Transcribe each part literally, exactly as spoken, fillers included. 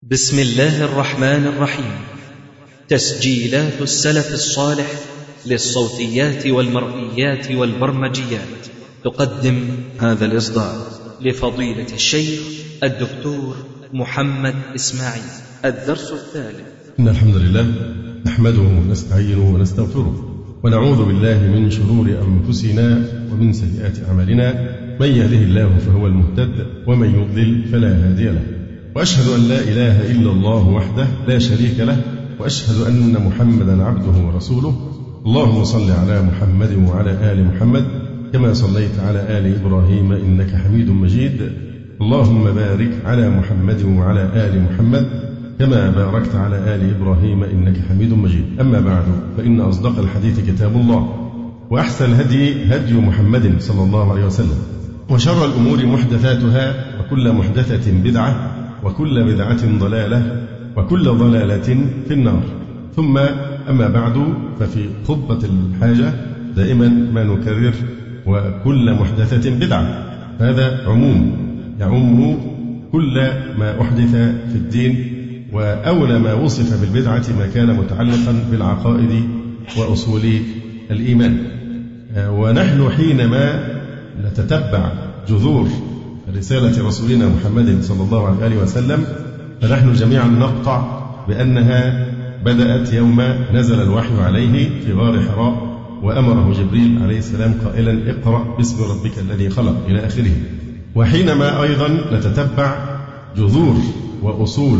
بسم الله الرحمن الرحيم. تسجيلات السلف الصالح للصوتيات والمرئيات والبرمجيات تقدم هذا الإصدار لفضيلة الشيخ الدكتور محمد إسماعيل. الدرس الثالث. إن الحمد لله نحمده ونستعينه ونستغفره ونعوذ بالله من شرور أنفسنا ومن سيئات أعمالنا، من يهده الله فهو المهتد ومن يضلل فلا هادي له، وأشهد أن لا إله إلا الله وحده لا شريك له، وأشهد أن محمدا عبده ورسوله. اللهم صل على محمد وعلى آل محمد كما صليت على آل إبراهيم إنك حميد مجيد. اللهم بارك على محمد وعلى آل محمد كما باركت على آل إبراهيم إنك حميد مجيد. أما بعد، فإن أصدق الحديث كتاب الله، وأحسن الهدي هدي محمد صلى الله عليه وسلم، وشر الأمور محدثاتها، وكل محدثة بدعة، وكل بدعة ضلالة، وكل ضلالة في النار. ثم أما بعد، ففي خطبة الحاجة دائما ما نكرر وكل محدثة بدعة. هذا عموم يعم كل ما أحدث في الدين، وأولى ما وصف بالبدعة ما كان متعلقا بالعقائد وأصول الإيمان. ونحن حينما نتتبع جذور رسالة رسولنا محمد صلى الله عليه وسلم، فنحن جميعا نقطع بأنها بدأت يوم نزل الوحي عليه في غار حراء، وأمره جبريل عليه السلام قائلا: اقرأ باسم ربك الذي خلق، إلى آخره. وحينما أيضا نتتبع جذور وأصول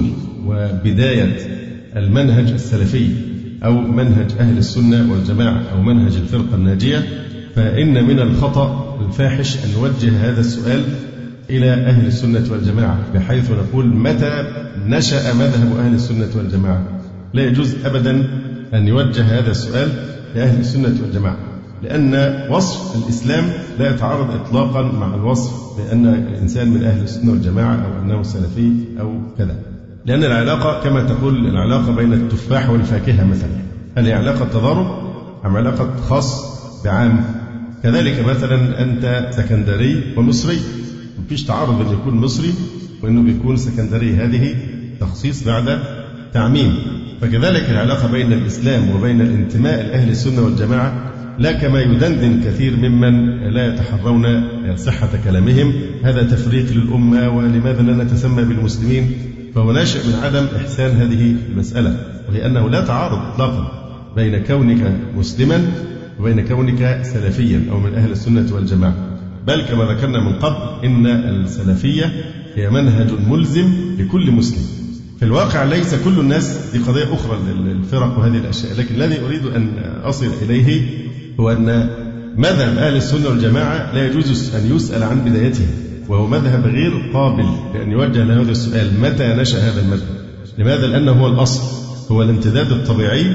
وبداية المنهج السلفي أو منهج أهل السنة والجماعة أو منهج الفرقة الناجية، فإن من الخطأ الفاحش أن نوجه هذا السؤال إلى أهل السنة والجماعة، بحيث نقول: متى نشأ مذهب أهل السنة والجماعة؟ لا يجوز أبدا أن يوجه هذا السؤال لأهل السنة والجماعة، لأن وصف الإسلام لا يتعارض إطلاقا مع الوصف بأن الإنسان من أهل السنة والجماعة أو أنه سلفي أو كذا، لأن العلاقة كما تقول العلاقة بين التفاح والفاكهة مثلا، هل هي علاقة تضارب أم علاقة خاص بعام؟ كذلك مثلا أنت سكندري ومصري، مفيش تعارض بين يكون مصري وأنه بيكون سكندري، هذه تخصيص بعد تعميم. فكذلك العلاقة بين الإسلام وبين الانتماء لأهل السنة والجماعة، لا كما يدندن كثير ممن لا يتحرون صحة كلامهم: هذا تفريق للأمة، ولماذا لا نتسمى بالمسلمين؟ فهو ناشئ من عدم إحسان هذه المسألة، وهي أنه لا تعارض إطلاقا بين كونك مسلما وبين كونك سلفيا أو من أهل السنة والجماعة، بل كما ذكرنا من قبل إن السلفية هي منهج ملزم لكل مسلم. في الواقع ليس كل الناس، دي قضية أخرى للفرق وهذه الأشياء، لكن الذي أريد أن أصل إليه هو أن مذهب أهل السنة والجماعة لا يجوز أن يسأل عن بدايته، وهو مذهب غير قابل لأن يوجه له هذا السؤال: متى نشأ هذا المذهب؟ لماذا؟ لأنه هو الأصل، هو الامتداد الطبيعي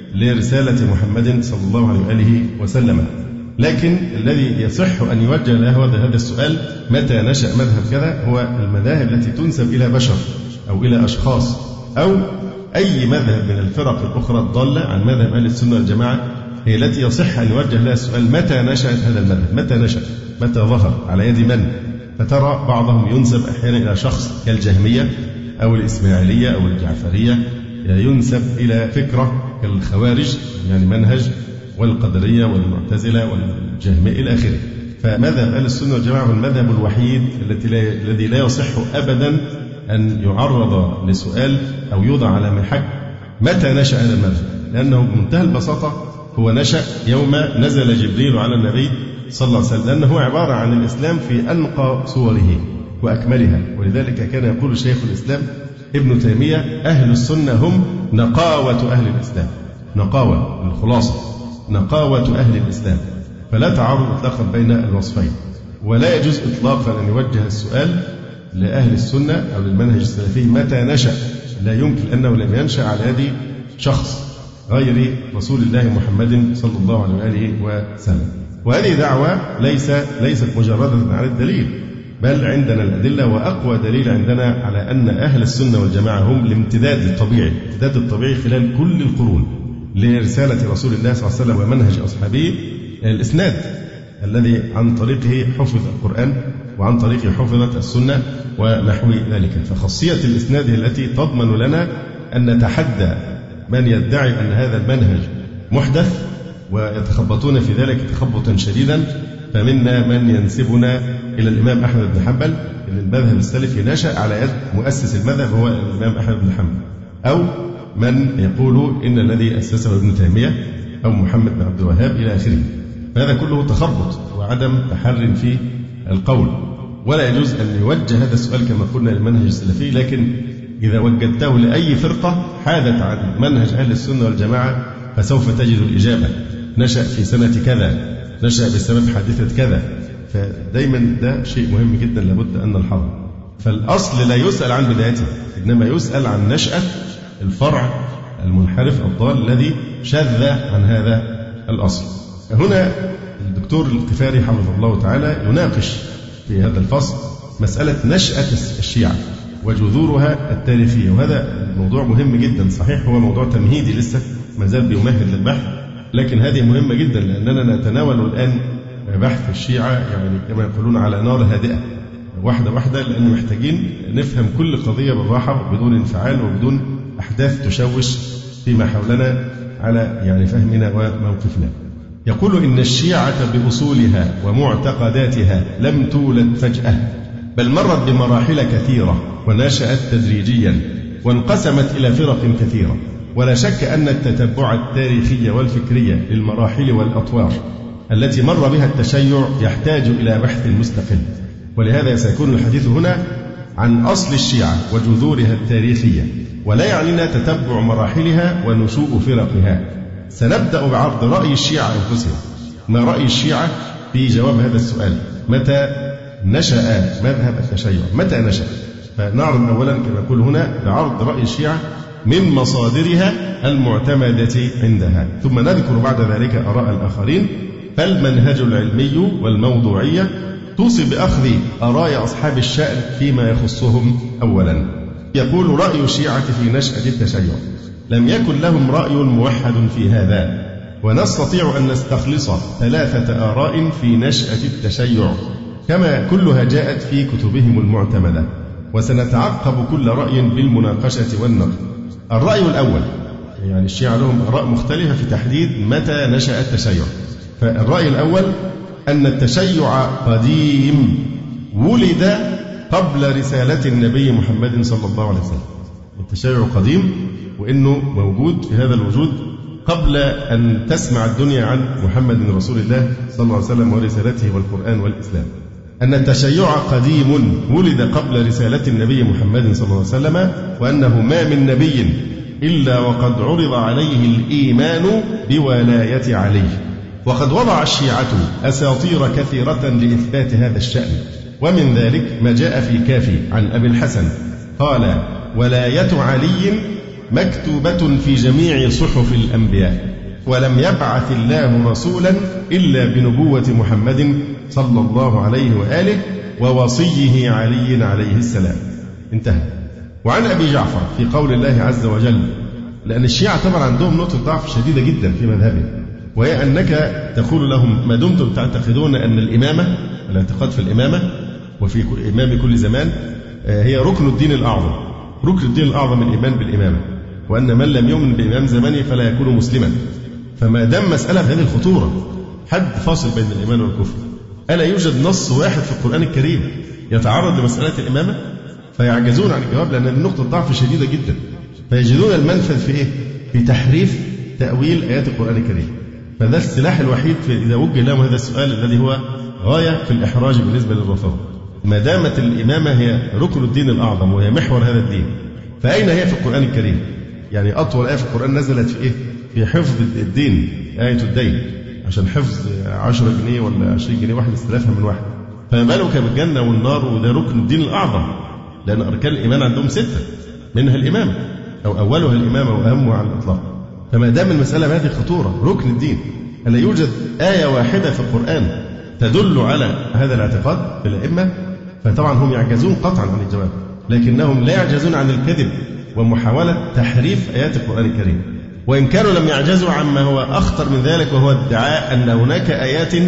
لرسالة محمد صلى الله عليه وآله وسلم. لكن الذي يصح أن يوجه له هذا السؤال: متى نشأ مذهب كذا؟ هو المذاهب التي تنسب إلى بشر أو إلى أشخاص، أو أي مذهب من الفرق الأخرى الضالة عن مذهب أهل السنة والجماعة، هي التي يصح أن يوجه لها السؤال: متى نشأت هذا المذهب؟ متى نشأ؟ متى ظهر؟ على يد من؟ فترى بعضهم ينسب أحيانا إلى شخص كالجهمية أو الإسماعيلية أو الجعفرية، ينسب إلى فكرة كالخوارج يعني منهج، والقدرية والمعتزلة والجهمية إلى آخره. فمذهب أهل السنة والجماعة هو المذهب الوحيد الذي لا يصح أبدا أن يعرض لسؤال أو يوضع على محك متى نشأ هذا المذهب، لأنه بمنتهى البساطة هو نشأ يوم نزل جبريل على النبي صلى الله عليه وسلم، لأنه هو عبارة عن الإسلام في أنقى صوره وأكملها. ولذلك كان يقول شيخ الإسلام ابن تيمية: أهل السنة هم نقاوة أهل الإسلام. نقاوة الخلاصة، نقاوة أهل الإسلام. فلا تعارض إطلاقا بين الوصفين، ولا يجوز إطلاقا أن يوجه السؤال لأهل السنة أو للمنهج السلفي متى نشأ. لا يمكن، لأنه لم ينشأ على يد شخص غير رسول الله محمد صلى الله عليه وآله وسلم. وهذه دعوة ليس ليست مجردة على الدليل، بل عندنا الأدلة، وأقوى دليل عندنا على أن أهل السنة والجماعة هم الامتداد الطبيعي، الامتداد الطبيعي خلال كل القرون لرسالة رسول الله صلى الله عليه وسلم ومنهج أصحابه، الإسناد. الذي عن طريقه حفظ القرآن وعن طريقه حفظت السنة ونحو ذلك. فخاصية الإسناد التي تضمن لنا أن نتحدى من يدعي أن هذا المنهج محدث ويتخبطون في ذلك تخبطا شديدا. فمنا من ينسبنا إلى الإمام أحمد بن حنبل أن المذهب السلفي نشأ على يد مؤسس المذهب هو الإمام أحمد بن حنبل، أو من يقول إن الذي أسسه ابن تيمية أو محمد بن عبد الوهاب إلى آخره. فهذا كله تخبط وعدم تحرٍ في القول، ولا يجوز أن يوجه هذا السؤال كما قلنا للمنهج السلفي. لكن إذا وجدته لأي فرقة حادت عن منهج أهل السنة والجماعة فسوف تجد الإجابة. نشأ في سنة كذا، نشأ بسبب حادثة كذا، فدايما ده شيء مهم جدا لابد أن نلحظه. فالأصل لا يسأل عن بدايته، إنما يسأل عن نشأة الفرع المنحرف الضال الذي شذ عن هذا الأصل. هنا الدكتور القفاري حفظه الله تعالى يناقش في هذا الفصل مسألة نشأة الشيعة وجذورها التاريخية، وهذا الموضوع مهم جدا. صحيح هو موضوع تمهيدي لسه ما زال بيمهد للبحث، لكن هذه مهمة جدا لأننا نتناول الآن بحث الشيعة يعني كما يقولون على نار هادئة، واحدة واحدة، لأن محتاجين نفهم كل قضية بالراحة وبدون انفعال وبدون أحداث تشوش فيما حولنا على يعني فهمنا وموقفنا. يقول إن الشيعة بأصولها ومعتقداتها لم تولد فجأة، بل مرت بمراحل كثيرة ونشأت تدريجيا وانقسمت إلى فرق كثيرة. ولا شك أن التتبع التاريخي والفكري للمراحل والأطوار التي مر بها التشيع يحتاج إلى بحث مستقل. ولهذا سيكون الحديث هنا عن أصل الشيعة وجذورها التاريخية، ولا يعنينا تتبع مراحلها ونشوء فرقها. سنبدأ بعرض رأي الشيعة أنفسهم. ما رأي الشيعة في جواب هذا السؤال؟ متى نشأ مذهب التشيع؟ متى نشأ؟ فنعرض أولا كما يقول هنا بعرض رأي الشيعة من مصادرها المعتمدة عندها، ثم نذكر بعد ذلك آراء الآخرين. فالمنهج العلمي والموضوعية توصي بأخذ آراء أصحاب الشأن فيما يخصهم أولا. يقول رأي الشيعة في نشأة التشيع: لم يكن لهم رأي موحد في هذا، ونستطيع أن نستخلص ثلاثة آراء في نشأة التشيع كما كلها جاءت في كتبهم المعتمدة، وسنتعقب كل رأي بالمناقشة والنقد. الرأي الأول، يعني الشيعة لهم آراء مختلفة في تحديد متى نشأ التشيع. فالرأي الأول أن التشيع قديم ولد قبل رسالة النبي محمد صلى الله عليه وسلم. التشيع قديم وإنه موجود في هذا الوجود قبل أن تسمع الدنيا عن محمد رسول الله صلى الله عليه وسلم ورسالته والقرآن والإسلام. أن التشيع قديم ولد قبل رسالة النبي محمد صلى الله عليه وسلم، وأنه ما من نبي إلا وقد عرض عليه الإيمان بولاية علي. وقد وضع الشيعة أساطير كثيرة لإثبات هذا الشأن، ومن ذلك ما جاء في كافي عن أبي الحسن قال: ولاية علي مكتوبة في جميع صحف الأنبياء، ولم يبعث الله رسولا إلا بنبوة محمد صلى الله عليه وآله ووصيه علي عليه السلام. انتهى. وعن أبي جعفر في قول الله عز وجل، لأن الشيعة طبعا عندهم نقطة ضعف شديدة جدا في مذهبهم، وهي أنك تقول لهم ما دمتم تعتقدون أن الإمامة، الاعتقاد في الإمامة وفي إمام كل زمان، هي ركن الدين الأعظم. ركن الدين الأعظم الإيمان بالإمامة، وأن من لم يؤمن بإمام زمانه فلا يكون مسلما. فما دام مسألة بهذه الخطورة، حد فاصل بين الإيمان والكفر، ألا يوجد نص واحد في القرآن الكريم يتعرض لمسألة الإمامة؟ فيعجزون عن الجواب، لأن النقطة ضعف شديدة جدا. فيجدون المنفذ في إيه؟ في تحريف تأويل آيات القرآن الكريم. فده السلاح الوحيد في إذا وجه لهم هذا السؤال الذي هو غاية في الإحراج بالنسبة للرافضة. ما دامت الإمامة هي ركن الدين الأعظم وهي محور هذا الدين، فأين هي في القرآن الكريم؟ يعني أطول آية في القرآن نزلت في إيه؟ في حفظ الدين، آية الدين، عشان حفظ عشرة جنيه ولا عشرين جنيه واحد استلافها من واحد. فما بالك بالجنة والنار، وده ركن الدين الأعظم، لأن أركان الإيمان عندهم ستة منها الإمامة، أو أولها الإمامة وأهمها على الإطلاق. فما دام المسألة بهذه الخطورة ركن الدين، ألا يوجد آية واحدة في القرآن تدل على هذا الاعتقاد في الأئمة؟ فطبعا هم يعجزون قطعا عن الجواب، لكنهم لا يعجزون عن الكذب ومحاولة تحريف آيات القرآن الكريم. وإن كانوا لم يعجزوا عما هو أخطر من ذلك، وهو ادعاء أن هناك آيات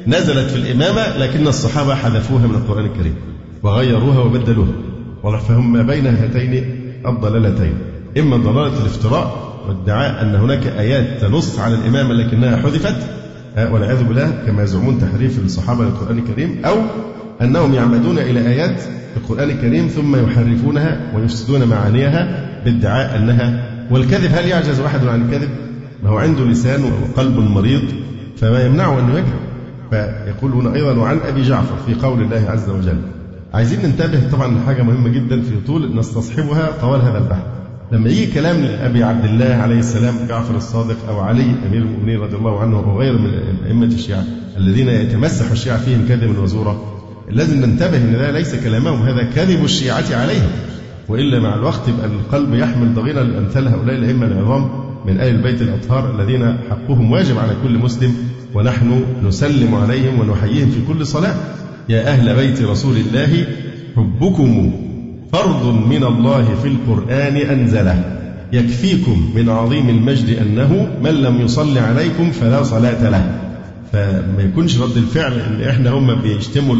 نزلت في الإمامة لكن الصحابة حذفوها من القرآن الكريم وغيروها وبدلوها. فهم ما بين هاتين الضلالتين، إما ضلالة الافتراء وادعاء أن هناك آيات تنص على الإمامة لكنها حذفت والعياذ بالله كما يزعمون تحريف الصحابة للقرآن الكريم، أو أنهم يعمدون إلى آيات في القرآن الكريم ثم يحرفونها ويفسدون معانيها بادعاء أنها. والكذب، هل يعجز أحد عن الكذب؟ ما هو عنده لسان وقلب مريض فما يمنعه أن يكذب. فيقول هنا أيضا وعن أبي جعفر في قول الله عز وجل. عايزين ننتبه طبعا لحاجة مهمة جدا في طول نستصحبها طوال هذا البحث. لما يجي كلام لأبي عبد الله عليه السلام جعفر الصادق أو علي أمير المؤمنين رضي الله عنه أو غير من أئمة الشيعة الذين يتمسح الشيعة فيهم كذبا وزورا، لازم ننتبه أن ده ليس كلامهم، هذا كذب الشيعة عليهم. وإلا مع الوقت يبقى القلب يحمل ضغينة لأمثال هؤلاء الأئمة العظام من آل البيت الأطهار الذين حقهم واجب على كل مسلم، ونحن نسلم عليهم ونحييهم في كل صلاة. يا أهل بيت رسول الله حبكم فرض من الله في القرآن أنزله، يكفيكم من عظيم المجد أنه من لم يصلي عليكم فلا صلاة له. فما يكونش رد الفعل إن إحنا هم بيشتموا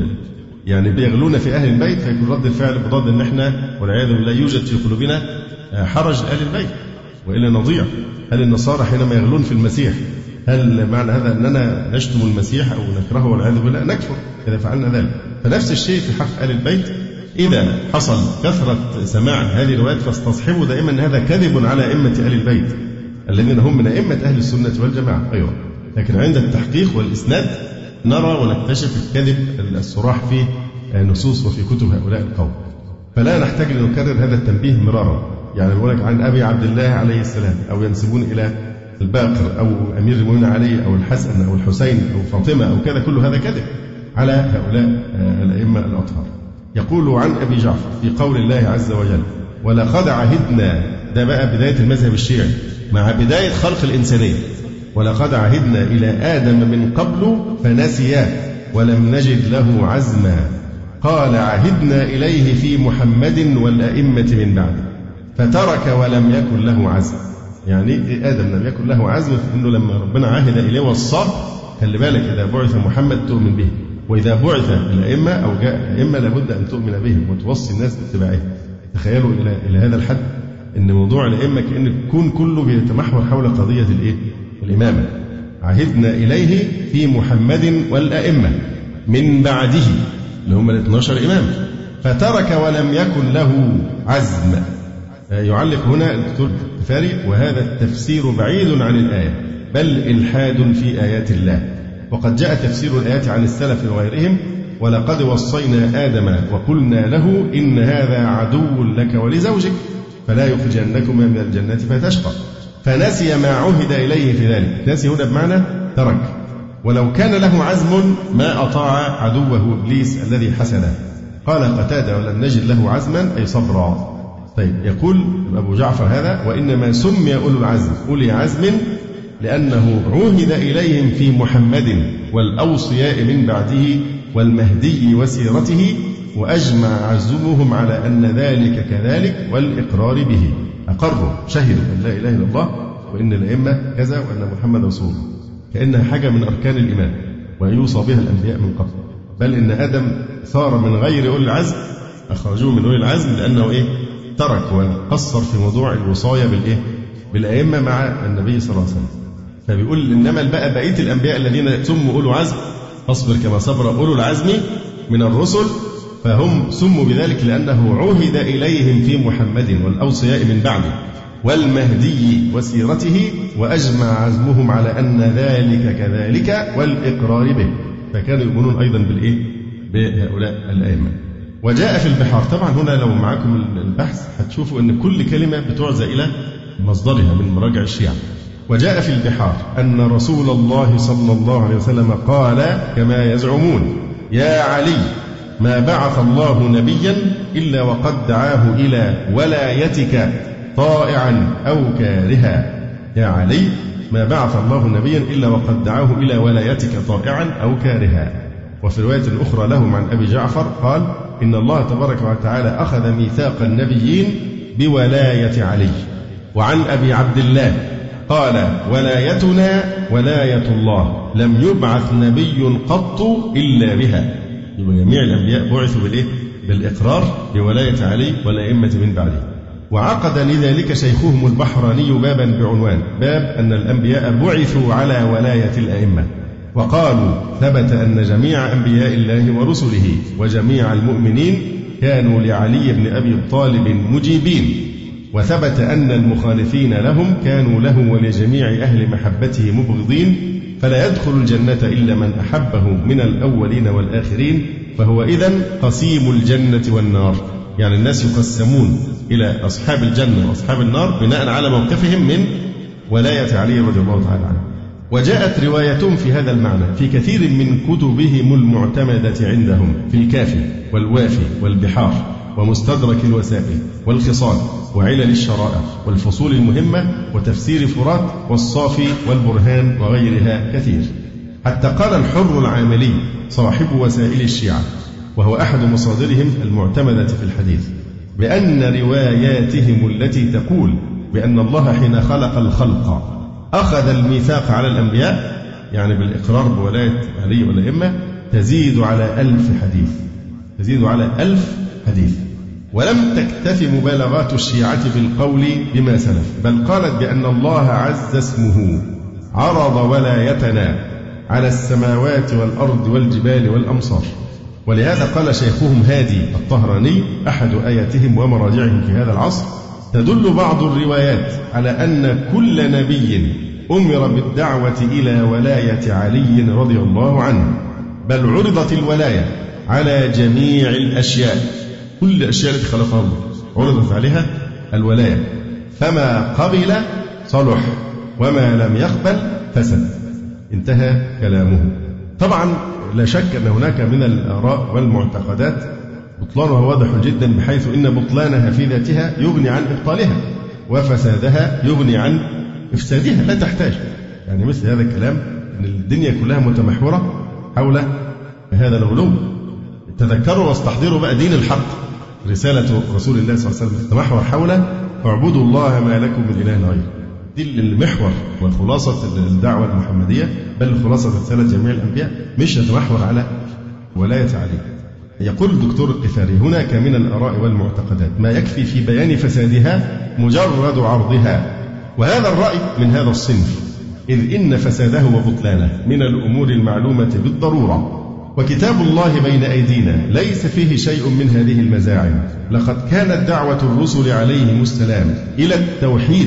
يعني بيغلون في أهل البيت، فيكون رد الفعل بضد إن إحنا والعياذ بالله يوجد في قلوبنا حرج أهل البيت وإلا نضيع. هل النصارى حينما يغلون في المسيح هل معنى هذا أننا نشتم المسيح أو نكرهه والعياذ بالله؟ نكفر إذا فعلنا ذلك. فنفس الشيء في حق أهل البيت. إذا حصل كثرة سماع هذه الروايات فاستصحبوا دائما أن هذا كذب على أئمة أهل البيت الذين هم من أئمة أهل السنة والجماعة أيضا. لكن عند التحقيق والإسناد نرى ونكتشف الكذب الصراح في نصوص وفي كتب هؤلاء القوم. فلا نحتاج لنكرر هذا التنبيه مرارا. يعني بقول لك عن أبي عبد الله عليه السلام أو ينسبون إلى الباقر أو أمير المؤمنين علي أو الحسن أو الحسين أو فاطمة أو كذا، كل هذا كذب على هؤلاء الأئمة الأطهار. يقول عن أبي جعفر في قول الله عز وجل ولقد عهدنا، ده بقى بداية المذهب الشيعي مع بداية خلق الإنسانية، ولقد عهدنا إلى آدم من قبل فنسي ولم نجد له عزما، قال عهدنا إليه في محمد والأئمة من بعده فترك ولم يكن له عزم. يعني آدم لم يكن له عزم في أنه لما ربنا عهد إليه والصاب، خلي بالك إذا بعث محمد تؤمن به، وإذا بعث الأئمة أو جاء الأئمة لابد أن تؤمن بهم وتوصي الناس باتباعهم. تخيلوا إلى إلى هذا الحد أن موضوع الأئمة كأن الكون كله بيتمحور حول قضية الإيه؟ الإمامة. عهدنا إليه في محمد والأئمة من بعده اللي هم الاثني عشر إمام فترك ولم يكن له عزم. يعلق هنا الدكتور الفاري وهذا التفسير بعيد عن الآية بل إلحاد في آيات الله. وقد جاء تفسير الآيات عن السلف وغيرهم ولقد وصينا آدم وقلنا له إن هذا عدو لك ولزوجك فلا يخرجنكما من الجنة فتشقى، فنسي ما عهد إليه في ذلك. نسي هنا بمعنى ترك، ولو كان له عزم ما أطاع عدوه إبليس الذي حسده. قال قتادة ولم نجد له عزما أي صبرا. طيب يقول أبو جعفر هذا وإنما سمي أولو العزم أولي عزم لأنه عهد إليهم في محمد والأوصياء من بعده والمهدي وسيرته، وأجمع عزمهم على أن ذلك كذلك والإقرار به. أقروا شهدوا أن لا إله إلا الله وإن الأئمة كذا وأن محمد رسول الله، كأنها حاجة من أركان الإيمان ويوصى بها الأنبياء من قبل. بل إن آدم ثار من غير أولي العزم، أخرجوه من أولي العزم لأنه إيه؟ ترك وقصر في موضوع الوصاية بالإيه؟ بالأئمة مع النبي صلى الله عليه وسلم. فبيقول إنما بقى بقية الأنبياء الذين سموا أولو عزم، فاصبر كما صبر أولو العزم من الرسل، فهم سموا بذلك لأنه عهد إليهم في محمد والأوصياء من بعده والمهدي وسيرته، وأجمع عزمهم على أن ذلك كذلك والإقرار به. فكانوا يؤمنون أيضا بالإيه؟ بهؤلاء الأئمة. وجاء في البحار، طبعا هنا لو معكم البحث هتشوفوا أن كل كلمة بتعزى إلى مصدرها من مراجع الشيعة. وجاء في البحار أن رسول الله صلى الله عليه وسلم قال كما يزعمون يا علي ما بعث الله نبيا إلا وقد دعاه إلى ولايتك طائعا أو كارها. يا علي ما بعث الله نبيا إلا وقد دعاه إلى ولايتك طائعا أو كارها. وفي رواية أخرى لهم عن أبي جعفر قال إن الله تبارك وتعالى أخذ ميثاق النبيين بولاية علي. وعن أبي عبد الله قال ولايتنا ولاية الله لم يبعث نبي قط إلا بها. يبقى جميع الأنبياء بعثوا بالإيه؟ بالإقرار بولاية علي والأئمة من بعده. وعقد لذلك شيخهم البحراني بابا بعنوان باب أن الأنبياء بعثوا على ولاية الأئمة، وقالوا ثبت أن جميع أنبياء الله ورسله وجميع المؤمنين كانوا لعلي بن أبي طالب مجيبين، وثبت أن المخالفين لهم كانوا له ولجميع أهل محبته مبغضين، فلا يدخل الجنة إلا من أحبه من الأولين والآخرين، فهو إذن قسيم الجنة والنار. يعني الناس يقسمون إلى أصحاب الجنة وأصحاب النار بناء على موقفهم من ولاية علي رضي الله تعالى عنه. وجاءت روايتهم في هذا المعنى في كثير من كتبهم المعتمدة عندهم في الكافي والوافي والبحار ومستدرك الوسائل والخصال وعلل الشرائع والفصول المهمة وتفسير فرات والصافي والبرهان وغيرها كثير. حتى قال الحر العاملي صاحب وسائل الشيعة وهو أحد مصادرهم المعتمدة في الحديث بأن رواياتهم التي تقول بأن الله حين خلق الخلق أخذ الميثاق على الأنبياء يعني بالإقرار بولاية علي والأئمة تزيد على ألف حديث تزيد على ألف حديث. ولم تكتف مبالغات الشيعة بالقول بما سلف، بل قالت بأن الله عز اسمه عرض ولايتنا على السماوات والأرض والجبال والأمصار. ولهذا قال شيخهم هادي الطهراني أحد آياتهم ومراجعهم في هذا العصر: تدل بعض الروايات على أن كل نبي أمر بالدعوة إلى ولاية علي رضي الله عنه، بل عرضت الولاية على جميع الأشياء، كل الأشياء التي خلقها الله عرضت عليها الولاية، فما قبل صلح وما لم يقبل فسد. انتهى كلامه. طبعا لا شك أن هناك من الآراء والمعتقدات بطلانها واضح جدا، بحيث إن بطلانها في ذاتها يغني عن إبطالها وفسادها يغني عن إفسادها، لا تحتاج يعني مثل هذا الكلام أن الدنيا كلها متمحورة حول هذا الغلو. تذكروا واستحضروا بقى دين الحق، رسالة رسول الله صلى الله عليه وسلم تتمحور حول اعبدوا الله ما لكم من إله غيره. دي المحور وخلاصة الدعوة المحمدية، بل خلاصة رسالة جميع الأنبياء، مش يتمحور على ولاية علي. يقول الدكتور القفاري: هناك من الآراء والمعتقدات ما يكفي في بيان فسادها مجرد عرضها، وهذا الرأي من هذا الصنف، إذ إن فساده وبطلانه من الأمور المعلومة بالضرورة، وكتاب الله بين أيدينا ليس فيه شيء من هذه المزاعم. لقد كانت دعوة الرسل عليهم السلام إلى التوحيد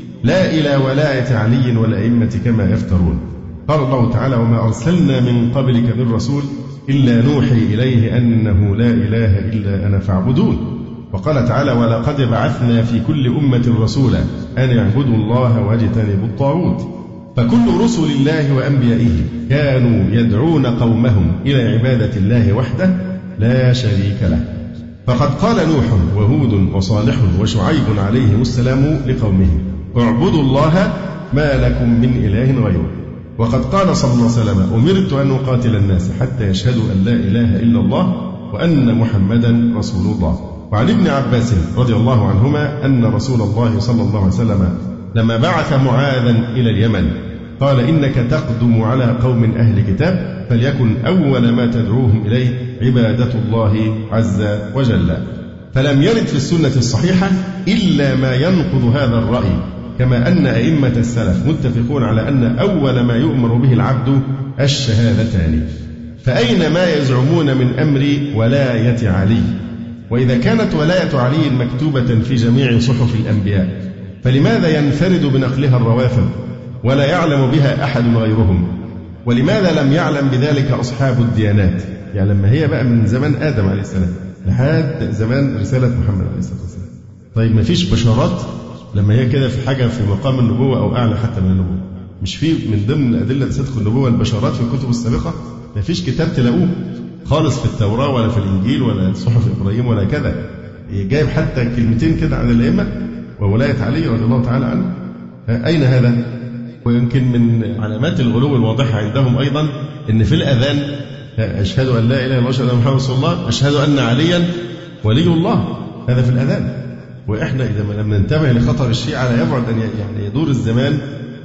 لا إلى ولاية علي والأئمة كما يفترون. قال الله تعالى: وما أرسلنا من قبلك من رسول إلا نوحي إليه أنه لا إله إلا أنا فاعبدون. وقال تعالى: ولقد بعثنا في كل أمة رسولا أن اعبدوا الله واجتنبوا الطاغوت. فكل رسل الله وأنبيائه كانوا يدعون قومهم إلى عبادة الله وحده لا شريك له. فقد قال نوح وهود وصالح وشعيب عليهم السلام لقومهم: اعبدوا الله ما لكم من إله غيره. وقد قال صلى الله عليه وسلم: أمرت أن أقاتل الناس حتى يشهدوا أن لا إله إلا الله وأن محمدا رسول الله. وعن ابن عباس رضي الله عنهما أن رسول الله صلى الله عليه وسلم لما بعث معاذا إلى اليمن قال: إنك تقدم على قوم أهل كتاب، فليكن أول ما تدعوهم إليه عبادة الله عز وجل. فلم يرد في السنة الصحيحة إلا ما ينقض هذا الرأي، كما أن أئمة السلف متفقون على أن أول ما يؤمر به العبد الشهادتان. فأين ما يزعمون من أمر ولاية علي؟ وإذا كانت ولاية علي مكتوبة في جميع صحف الأنبياء، فلماذا ينفرد بنقلها الروافض ولا يعلم بها أحد غيرهم؟ ولماذا لم يعلم بذلك أصحاب الديانات؟ يعني لما هي بقى من زمان آدم عليه السلام لحد زمان رسالة محمد عليه الصلاة والسلام. طيب ما فيش بشارات لما هي كده في حاجة في مقام النبوة أو أعلى حتى من النبوة؟ مش في من ضمن أدلة صدق النبوة البشارات في الكتب السابقة؟ ما فيش كتاب تلاقوه خالص في التوراة ولا في الإنجيل ولا صحف إبراهيم ولا كذا جايب حتى كلمتين كده عن الأئمة وولاية علي رضي الله تعالى عنه. أين هذا؟ ويمكن من علامات الغلو الواضحة عندهم أيضا أن في الأذان: أشهد أن لا إله إلا الله وأشهد أن محمدا رسول الله، أشهد أن عليا ولي الله. هذا في الأذان. وإحنا إذا ما لم ننتبه لخطر الشيعة لا يبعد أن يعني يدور الزمان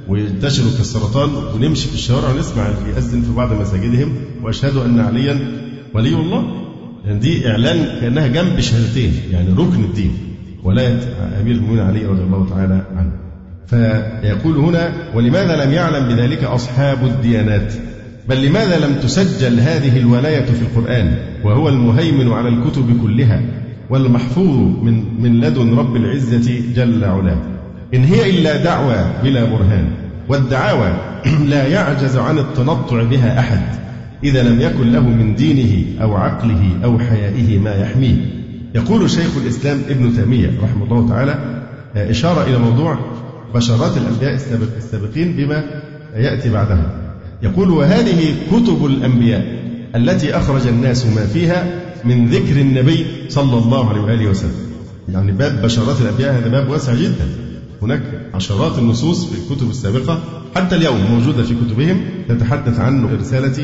وينتشروا كالسرطان، ونمشي في الشوارع ونسمع اللي بيأذن في بعض مساجدهم وأشهد أن عليا ولي الله. يعني دي إعلان كأنها جنب شهادتين، يعني ركن الدين، ولاية أمير المؤمنين علي رضي الله تعالى عنه. فيقول هنا: ولماذا لم يعلم بذلك أصحاب الديانات؟ بل لماذا لم تسجل هذه الولاية في القرآن وهو المهيمن على الكتب كلها والمحفوظ من من لدن رب العزة جل علاه؟ إن هي إلا دعوى بلا برهان، والدعاوى لا يعجز عن التنطع بها أحد إذا لم يكن له من دينه أو عقله أو حيائه ما يحميه. يقول شيخ الإسلام ابن تيمية رحمه الله تعالى إشارة إلى موضوع بشرات الأنبياء السابقين بما يأتي بعدها. يقول: وهذه كتب الأنبياء التي أخرج الناس ما فيها من ذكر النبي صلى الله عليه وآله وسلم. يعني باب بشرات الأنبياء هذا باب واسع جدا، هناك عشرات النصوص في الكتب السابقة حتى اليوم موجودة في كتبهم تتحدث عن رسالة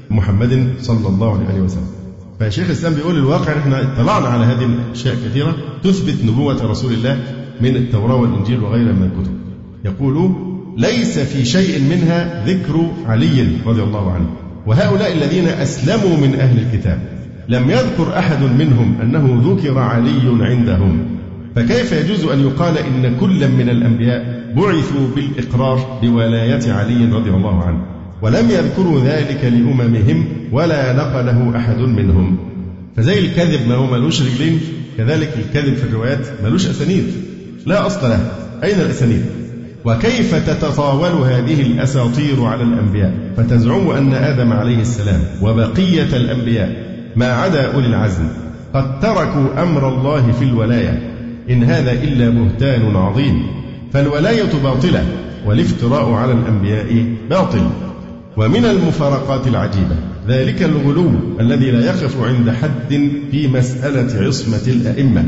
محمد صلى الله عليه وسلم. فشيخ الإسلام بيقول الواقع احنا اطلعنا على هذه الأشياء كثيرة تثبت نبوة رسول الله من التوراة والإنجيل وغيرها من الكتب. يقول: ليس في شيء منها ذكر علي رضي الله عنه، وهؤلاء الذين أسلموا من أهل الكتاب لم يذكر أحد منهم أنه ذكر علي عندهم، فكيف يجوز أن يقال إن كلا من الأنبياء بعثوا بالإقرار بولاية علي رضي الله عنه ولم يذكروا ذلك لأممهم ولا نقله أحد منهم؟ فزي الكذب ما هو ملوش رجلين، كذلك الكذب في الروايات ملوش أسانيد، لا أصل له. أين الأسانيد؟ وكيف تتطاول هذه الأساطير على الأنبياء فتزعم أن آدم عليه السلام وبقية الأنبياء ما عدا أولي العزم قد تركوا أمر الله في الولاية؟ إن هذا إلا بهتان عظيم، فالولاية باطلة والافتراء على الأنبياء باطل. ومن المفارقات العجيبة ذلك الغلو الذي لا يقف عند حد في مسألة عصمة الأئمة،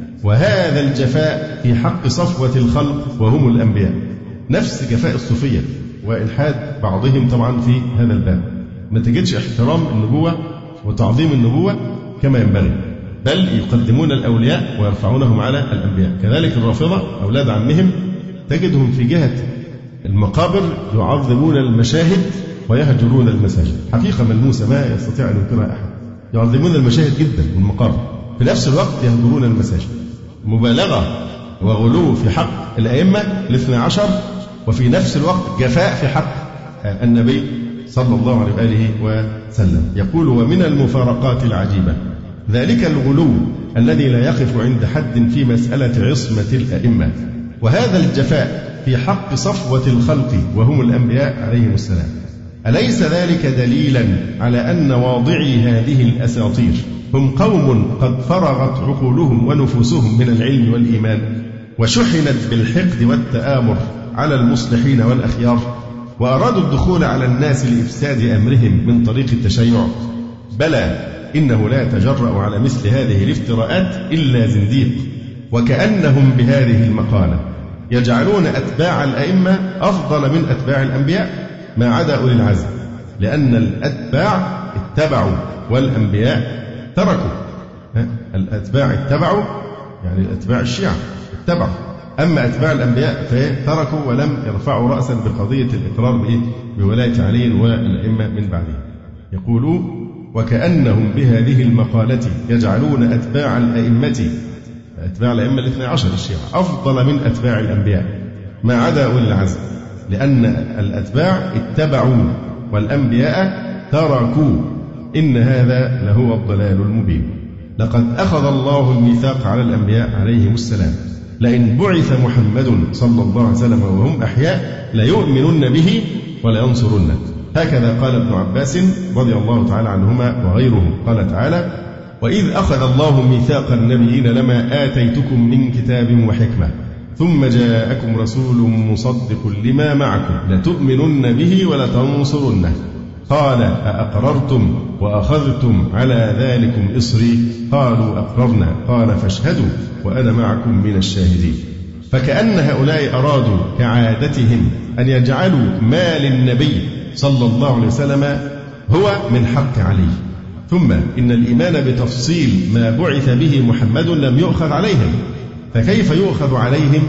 وهذا الجفاء في حق صفوة الخلق وهم الأنبياء، نفس جفاء الصوفية وإلحاد بعضهم طبعا في هذا الباب. ما تجدش احترام النبوة وتعظيم النبوة كما ينبغي، بل يقدمون الأولياء ويرفعونهم على الأنبياء. كذلك الرافضة أولاد عمهم تجدهم في جهة المقابر يعظمون المشاهد ويهجرون المساجد، حقيقة ملموسة ما يستطيع أن ينكرها أحد. يعظمون المشاهد جدا والمقابر، في نفس الوقت يهجرون المساجد. مبالغة وغلو في حق الأئمة الاثنى عشر، وفي نفس الوقت جفاء في حق النبي صلى الله عليه وآله وسلم. يقول: ومن المفارقات العجيبة ذلك الغلو الذي لا يقف عند حد في مسألة عصمة الأئمة، وهذا الجفاء في حق صفوة الخلق وهم الأنبياء عليهم السلام. أليس ذلك دليلا على أن واضعي هذه الأساطير هم قوم قد فرغت عقولهم ونفوسهم من العلم والإيمان، وشحنت بالحقد والتآمر على المصلحين والأخيار، وأرادوا الدخول على الناس لإفساد أمرهم من طريق التشيع؟ بلى، إنه لا يتجرأ على مثل هذه الافتراءات إلا زنديق. وكأنهم بهذه المقالة يجعلون أتباع الأئمة أفضل من أتباع الأنبياء ما عدا أولي العزم، لأن الأتباع اتبعوا والأنبياء تركوا. الأتباع اتبعوا يعني أتباع الشيعة اتبعوا، أما أتباع الأنبياء فتركوا ولم يرفعوا رأسا بقضية الإقرار بولاية علي والأئمة من بعده. يقولوا: وكأنهم بهذه المقالة يجعلون أتباع الأئمة أتباع الأئمة الاثنى عشر الشيعة أفضل من أتباع الأنبياء ما عدا أولي العزم، لأن الأتباع اتبعوا والأنبياء تركوا. إن هذا لهو الضلال المبين. لقد أخذ الله الميثاق على الأنبياء عليهم السلام لئن بعث محمد صلى الله عليه وسلم وهم أحياء ليؤمنن به ولينصرنه. هكذا قال ابن عباس رضي الله تعالى عنهما وغيره. قال تعالى: وإذ أخذ الله ميثاق النبيين لما آتيتكم من كتاب وحكمة ثم جاءكم رسول مصدق لما معكم لتؤمنن به ولتنصرنه قال أأقررتم وأخذتم على ذلكم إصري قالوا أقررنا قال فاشهدوا وأنا معكم من الشاهدين. فكأن هؤلاء أرادوا كعادتهم أن يجعلوا ما للنبي صلى الله عليه وسلم هو من حق علي. ثم إن الإيمان بتفصيل ما بعث به محمد لم يؤخذ عليهم، فكيف يؤخذ عليهم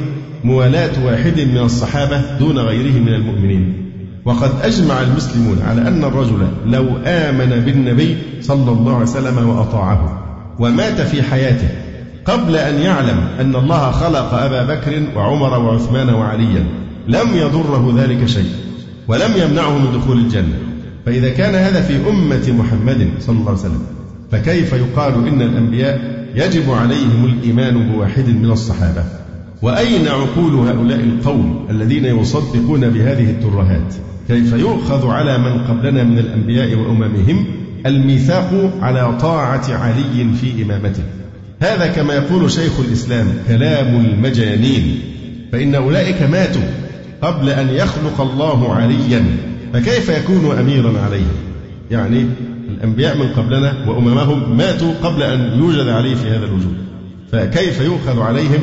موالاة واحد من الصحابة دون غيره من المؤمنين. وقد أجمع المسلمون على أن الرجل لو آمن بالنبي صلى الله عليه وسلم وأطاعه ومات في حياته قبل أن يعلم أن الله خلق أبا بكر وعمر وعثمان وعليا لم يضره ذلك شيء ولم يمنعه من دخول الجنة. فإذا كان هذا في أمة محمد صلى الله عليه وسلم فكيف يقال إن الأنبياء يجب عليهم الإيمان بواحد من الصحابة؟ وأين عقول هؤلاء القوم الذين يصدقون بهذه الترهات؟ كيف يؤخذ على من قبلنا من الأنبياء وأممهم الميثاق على طاعة علي في إمامته؟ هذا كما يقول شيخ الإسلام كلام المجانين، فإن أولئك ماتوا قبل أن يخلق الله عليا، فكيف يكون أميرا عليهم؟ يعني الأنبياء من قبلنا وأممهم ماتوا قبل أن يوجد علي في هذا الوجود، فكيف يؤخذ عليهم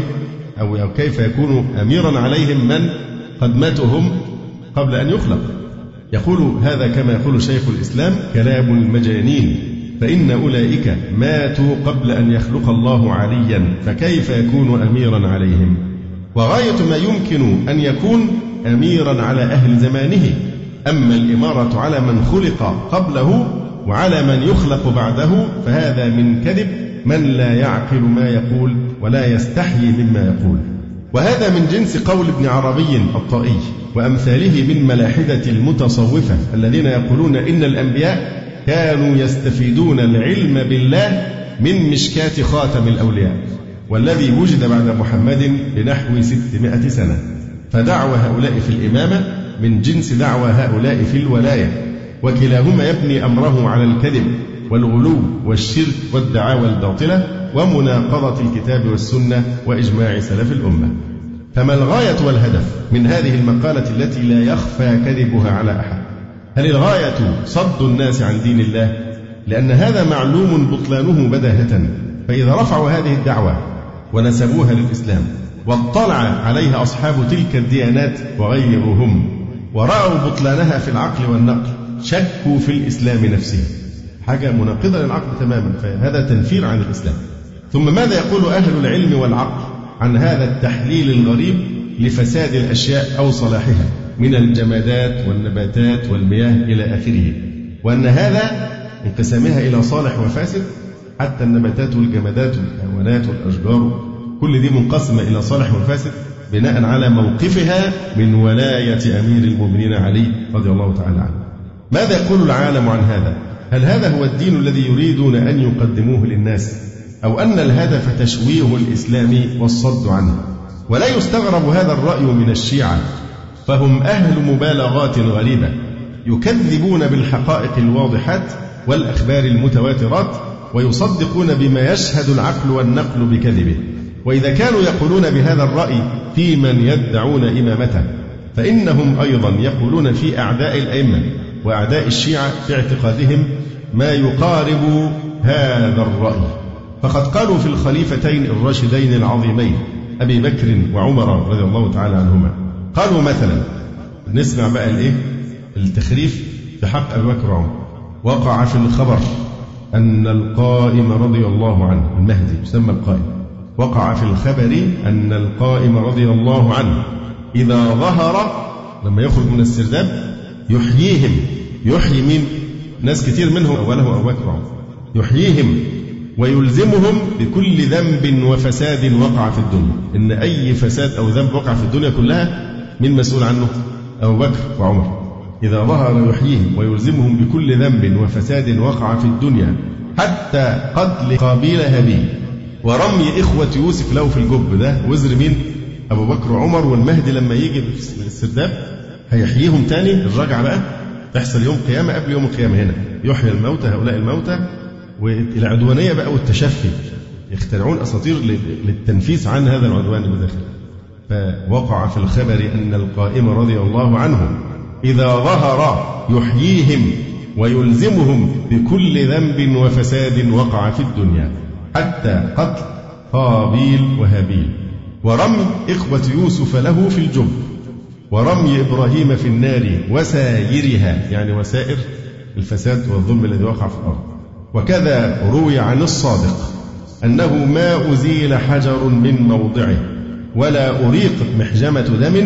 أو كيف يكون أميرا عليهم من قد ماتوا هم قبل أن يخلق؟ يقول هذا كما يقول شيخ الإسلام كلام المجانين، فإن أولئك ماتوا قبل أن يخلق الله عليا، فكيف يكون أميرا عليهم؟ وغاية ما يمكن أن يكون أميرا على أهل زمانه، أما الإمارة على من خلق قبله وعلى من يخلق بعده فهذا من كذب من لا يعقل ما يقول ولا يستحيي مما يقول. وهذا من جنس قول ابن عربي الطائي وأمثاله من ملاحدة المتصوفة الذين يقولون إن الأنبياء كانوا يستفيدون العلم بالله من مشكاة خاتم الأولياء، والذي وجد بعد محمد بنحو ستمائة سنة. فدعوى هؤلاء في الإمامة من جنس دعوى هؤلاء في الولاية، وكلاهما يبني أمره على الكذب والغلو والشرك والدعاوى الباطلة ومناقضة الكتاب والسنة وإجماع سلف الأمة. فما الغاية والهدف من هذه المقالة التي لا يخفى كذبها على أحد؟ هل الغاية صد الناس عن دين الله؟ لأن هذا معلوم بطلانه بداهة، فإذا رفعوا هذه الدعوة ونسبوها للإسلام واطلع عليها أصحاب تلك الديانات وغيرهم ورأوا بطلانها في العقل والنقل شكوا في الإسلام نفسه، حاجة مناقضة للعقل تماما، فهذا تنفير عن الإسلام. ثم ماذا يقول أهل العلم والعقل عن هذا التحليل الغريب لفساد الأشياء أو صلاحها من الجمادات والنباتات والمياه إلى آخره، وأن هذا انقسامها إلى صالح وفاسد، حتى النباتات والجمادات والحيوانات والأشجار كل دي منقسمة إلى صالح وفاسد بناء على موقفها من ولاية أمير المؤمنين علي رضي الله تعالى عنه. ماذا يقول العالم عن هذا؟ هل هذا هو الدين الذي يريدون أن يقدموه للناس، أو أن الهدف تشويه الإسلام والصد عنه؟ ولا يستغرب هذا الرأي من الشيعة، فهم أهل مبالغات غريبة يكذبون بالحقائق الواضحات والأخبار المتواترات ويصدقون بما يشهد العقل والنقل بكذبه. وإذا كانوا يقولون بهذا الرأي في من يدعون إمامته، فإنهم أيضا يقولون في أعداء الأئمة وأعداء الشيعة في اعتقادهم ما يقارب هذا الرأي. فقد قالوا في الخليفتين الراشدين العظيمين أبي بكر وعمر رضي الله تعالى عنهما، قالوا مثلا، نسمع بقى الإيه التخريف في حق أبي بكر وعمر: وقع في الخبر أن القائم رضي الله عنه، المهدي يسمى القائم، وقع في الخبر أن القائم رضي الله عنه إذا ظهر لما يخرج من السرداب يحييهم. يحيي مين؟ ناس كتير منهم أوله أبو بكر وعمر، يحييهم ويلزمهم بكل ذنب وفساد وقع في الدنيا. إن أي فساد أو ذنب وقع في الدنيا كلها من مسؤول عنه؟ أبو بكر وعمر. إذا ظهر يحييهم ويلزمهم بكل ذنب وفساد وقع في الدنيا حتى قتل قابيل هابيل ورمي إخوة يوسف له في الجب. ده وزر مين؟ أبو بكر وعمر. والمهدي لما يجي في السرداب هيحييهم تاني. الرجعة بقى تحصل يوم قيامة قبل يوم القيامة، هنا يحيي الموتى هؤلاء الموتى. والعدوانية بقى والتشفي يخترعون أساطير للتنفيس عن هذا العدوان المداخل. فوقع في الخبر أن القائم رضي الله عنه إذا ظهر يحييهم ويلزمهم بكل ذنب وفساد وقع في الدنيا حتى قتل قابيل وهابيل ورمي إخوة يوسف له في الجب ورمي إبراهيم في النار وسائرها، يعني وسائر الفساد والظلم الذي وقع في الأرض. وكذا روي عن الصادق أنه ما أزيل حجر من موضعه ولا أريقت محجمة دم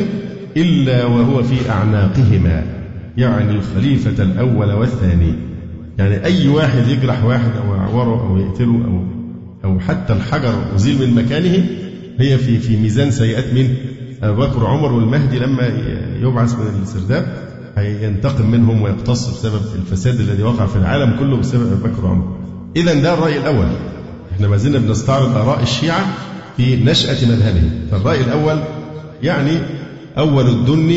إلا وهو في أعناقهما، يعني الخليفة الأول والثاني. يعني أي واحد يجرح واحد أو يعوره أو يقتله أو أو حتى الحجر أزيل من مكانه، هي في في ميزان سيئات من أبو بكر وعمر. والمهدي لما يبعث من السرداب هينتقم منهم ويقتص بسبب الفساد الذي وقع في العالم كله بسبب أبو بكر وعمر. إذا ده الرأي الأول. إحنا ما زلنا بنستعرض آراء الشيعة في نشأة مذهبهم. فالرأي الأول يعني أول الدن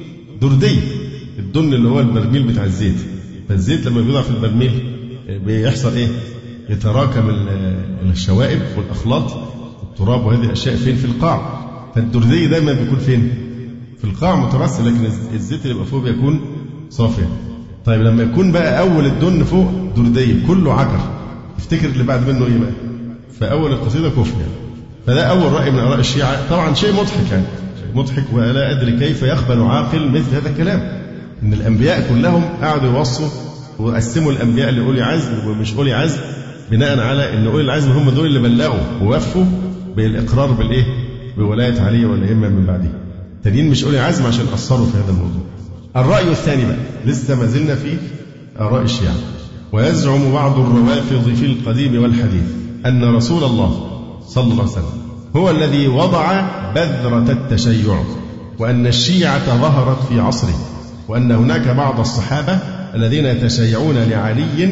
دردي، الدن اللي هو البرميل بتاع الزيت. فالزيت لما بيوضع في البرميل بيحصل إيه؟ يتراكم الشوائب والأخلاط والتراب وهذه الأشياء فين؟ في القاع. فالدردي دايما بيكون فين؟ في القاع مترسل، لكن الزيت اللي يبقى فوق بيكون صافي. طيب لما يكون بقى أول الدن فوق دردي كله عكر، افتكر اللي بعد منه إيه بقى؟ فأول القصيدة كفر يعني. فده أول رأي من آراء الشيعة. طبعا شيء مضحك يعني، مضحك ولا أدري كيف يقبل عاقل مثل هذا الكلام، إن الأنبياء كلهم قعدوا يوصوا وقسموا الأنبياء لأولي عزم ومش أولي عزم بناء على إن أولي العزم هم دول اللي بلغوا ووفوا بالإقرار بالإيه؟ بولاية علي والأئمة من بعده. التانيين مش أولي عزم عشان قصروا في هذا الموضوع. الرأي الثاني بقى لسه ما زلنا في آراء الشيعة. ويزعم بعض الروافض في القديم والحديث أن رسول الله صلى الله عليه وسلم هو الذي وضع بذرة التشيع، وأن الشيعة ظهرت في عصره، وأن هناك بعض الصحابة الذين يتشيعون لعلي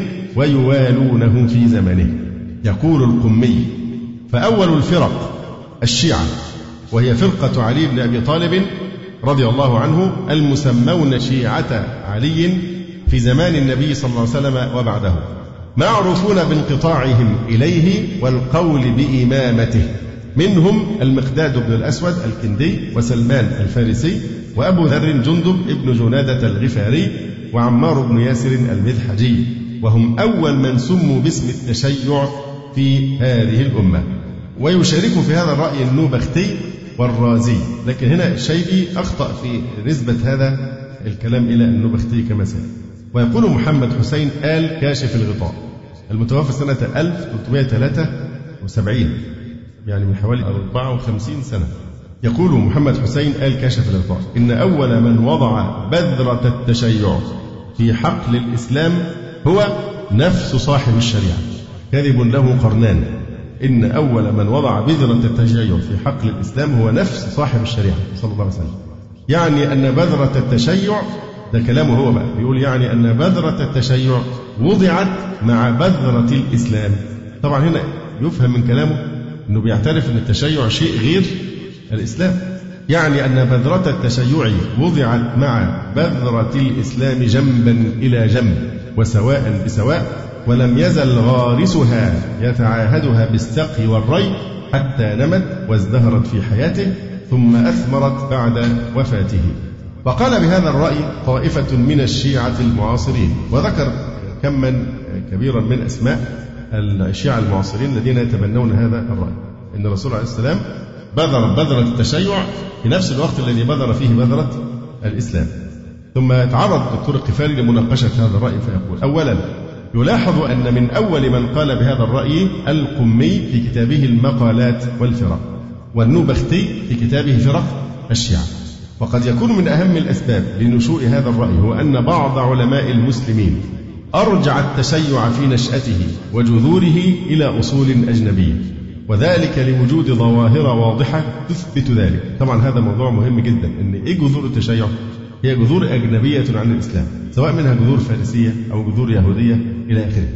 ويوالونه في زمنه. يقول القمي: فأول الفرق الشيعة، وهي فرقة علي بن أبي طالب رضي الله عنه المسمون شيعة علي في زمان النبي صلى الله عليه وسلم وبعده، معروفون بانقطاعهم إليه والقول بإمامته. منهم المقداد بن الأسود الكندي، وسلمان الفارسي، وأبو ذر جندب ابن جنادة الغفاري، وعمار بن ياسر المذحجي، وهم أول من سموا باسم التشيع في هذه الأمة. ويشارك في هذا الرأي النوبختي والرازي، لكن هنا الشيبي أخطأ في نسبة هذا الكلام إلى النوبختي كما سأل. ويقول محمد حسين آل كاشف الغطاء المتوفى سنة ألف وثلاثمائة وثلاثة وسبعين، يعني من حوالي أربعة وخمسين سنة. يقول محمد حسين آل كاشف الغطاء: إن أول من وضع بذرة التشيع في حقل الإسلام هو نفس صاحب الشريعة. كذب له قرنان. إن أول من وضع بذرة التشيع في حقل الإسلام هو نفس صاحب الشريعة صلى الله عليه وسلم. يعني أن بذرة التشيع، ده كلامه هو بقى، بيقول يعني أن بذرة التشيع وضعت مع بذرة الإسلام. طبعا هنا يفهم من كلامه أنه بيعترف أن التشيع شيء غير الإسلام، يعني أن بذرة التشيع وضعت مع بذرة الإسلام جنبا إلى جنب وسواء بسواء، ولم يزل غارسها يتعاهدها بالسقي والري حتى نمت وازدهرت في حياته ثم أثمرت بعد وفاته. وقال بهذا الرأي طائفة من الشيعة المعاصرين، وذكر كما كبيرا من أسماء الشيعة المعاصرين الذين يتبنون هذا الرأي، إن الرسول عليه السلام بذر بذرة التشيع في نفس الوقت الذي بذر فيه بذرة الإسلام. ثم يتعرض الدكتور القفاري لمناقشة هذا الرأي فيقول: أولا، يلاحظ أن من أول من قال بهذا الرأي القمي في كتابه المقالات والفرق، والنوبختي في كتابه فرق الشيعة. وقد يكون من أهم الأسباب لنشوء هذا الرأي هو أن بعض علماء المسلمين أرجع التشيع في نشأته وجذوره إلى أصول أجنبية، وذلك لوجود ظواهر واضحة تثبت ذلك. طبعا هذا موضوع مهم جدا، أن إيه جذور التشيع؟ هي جذور أجنبية عن الإسلام، سواء منها جذور فارسية أو جذور يهودية إلى آخره.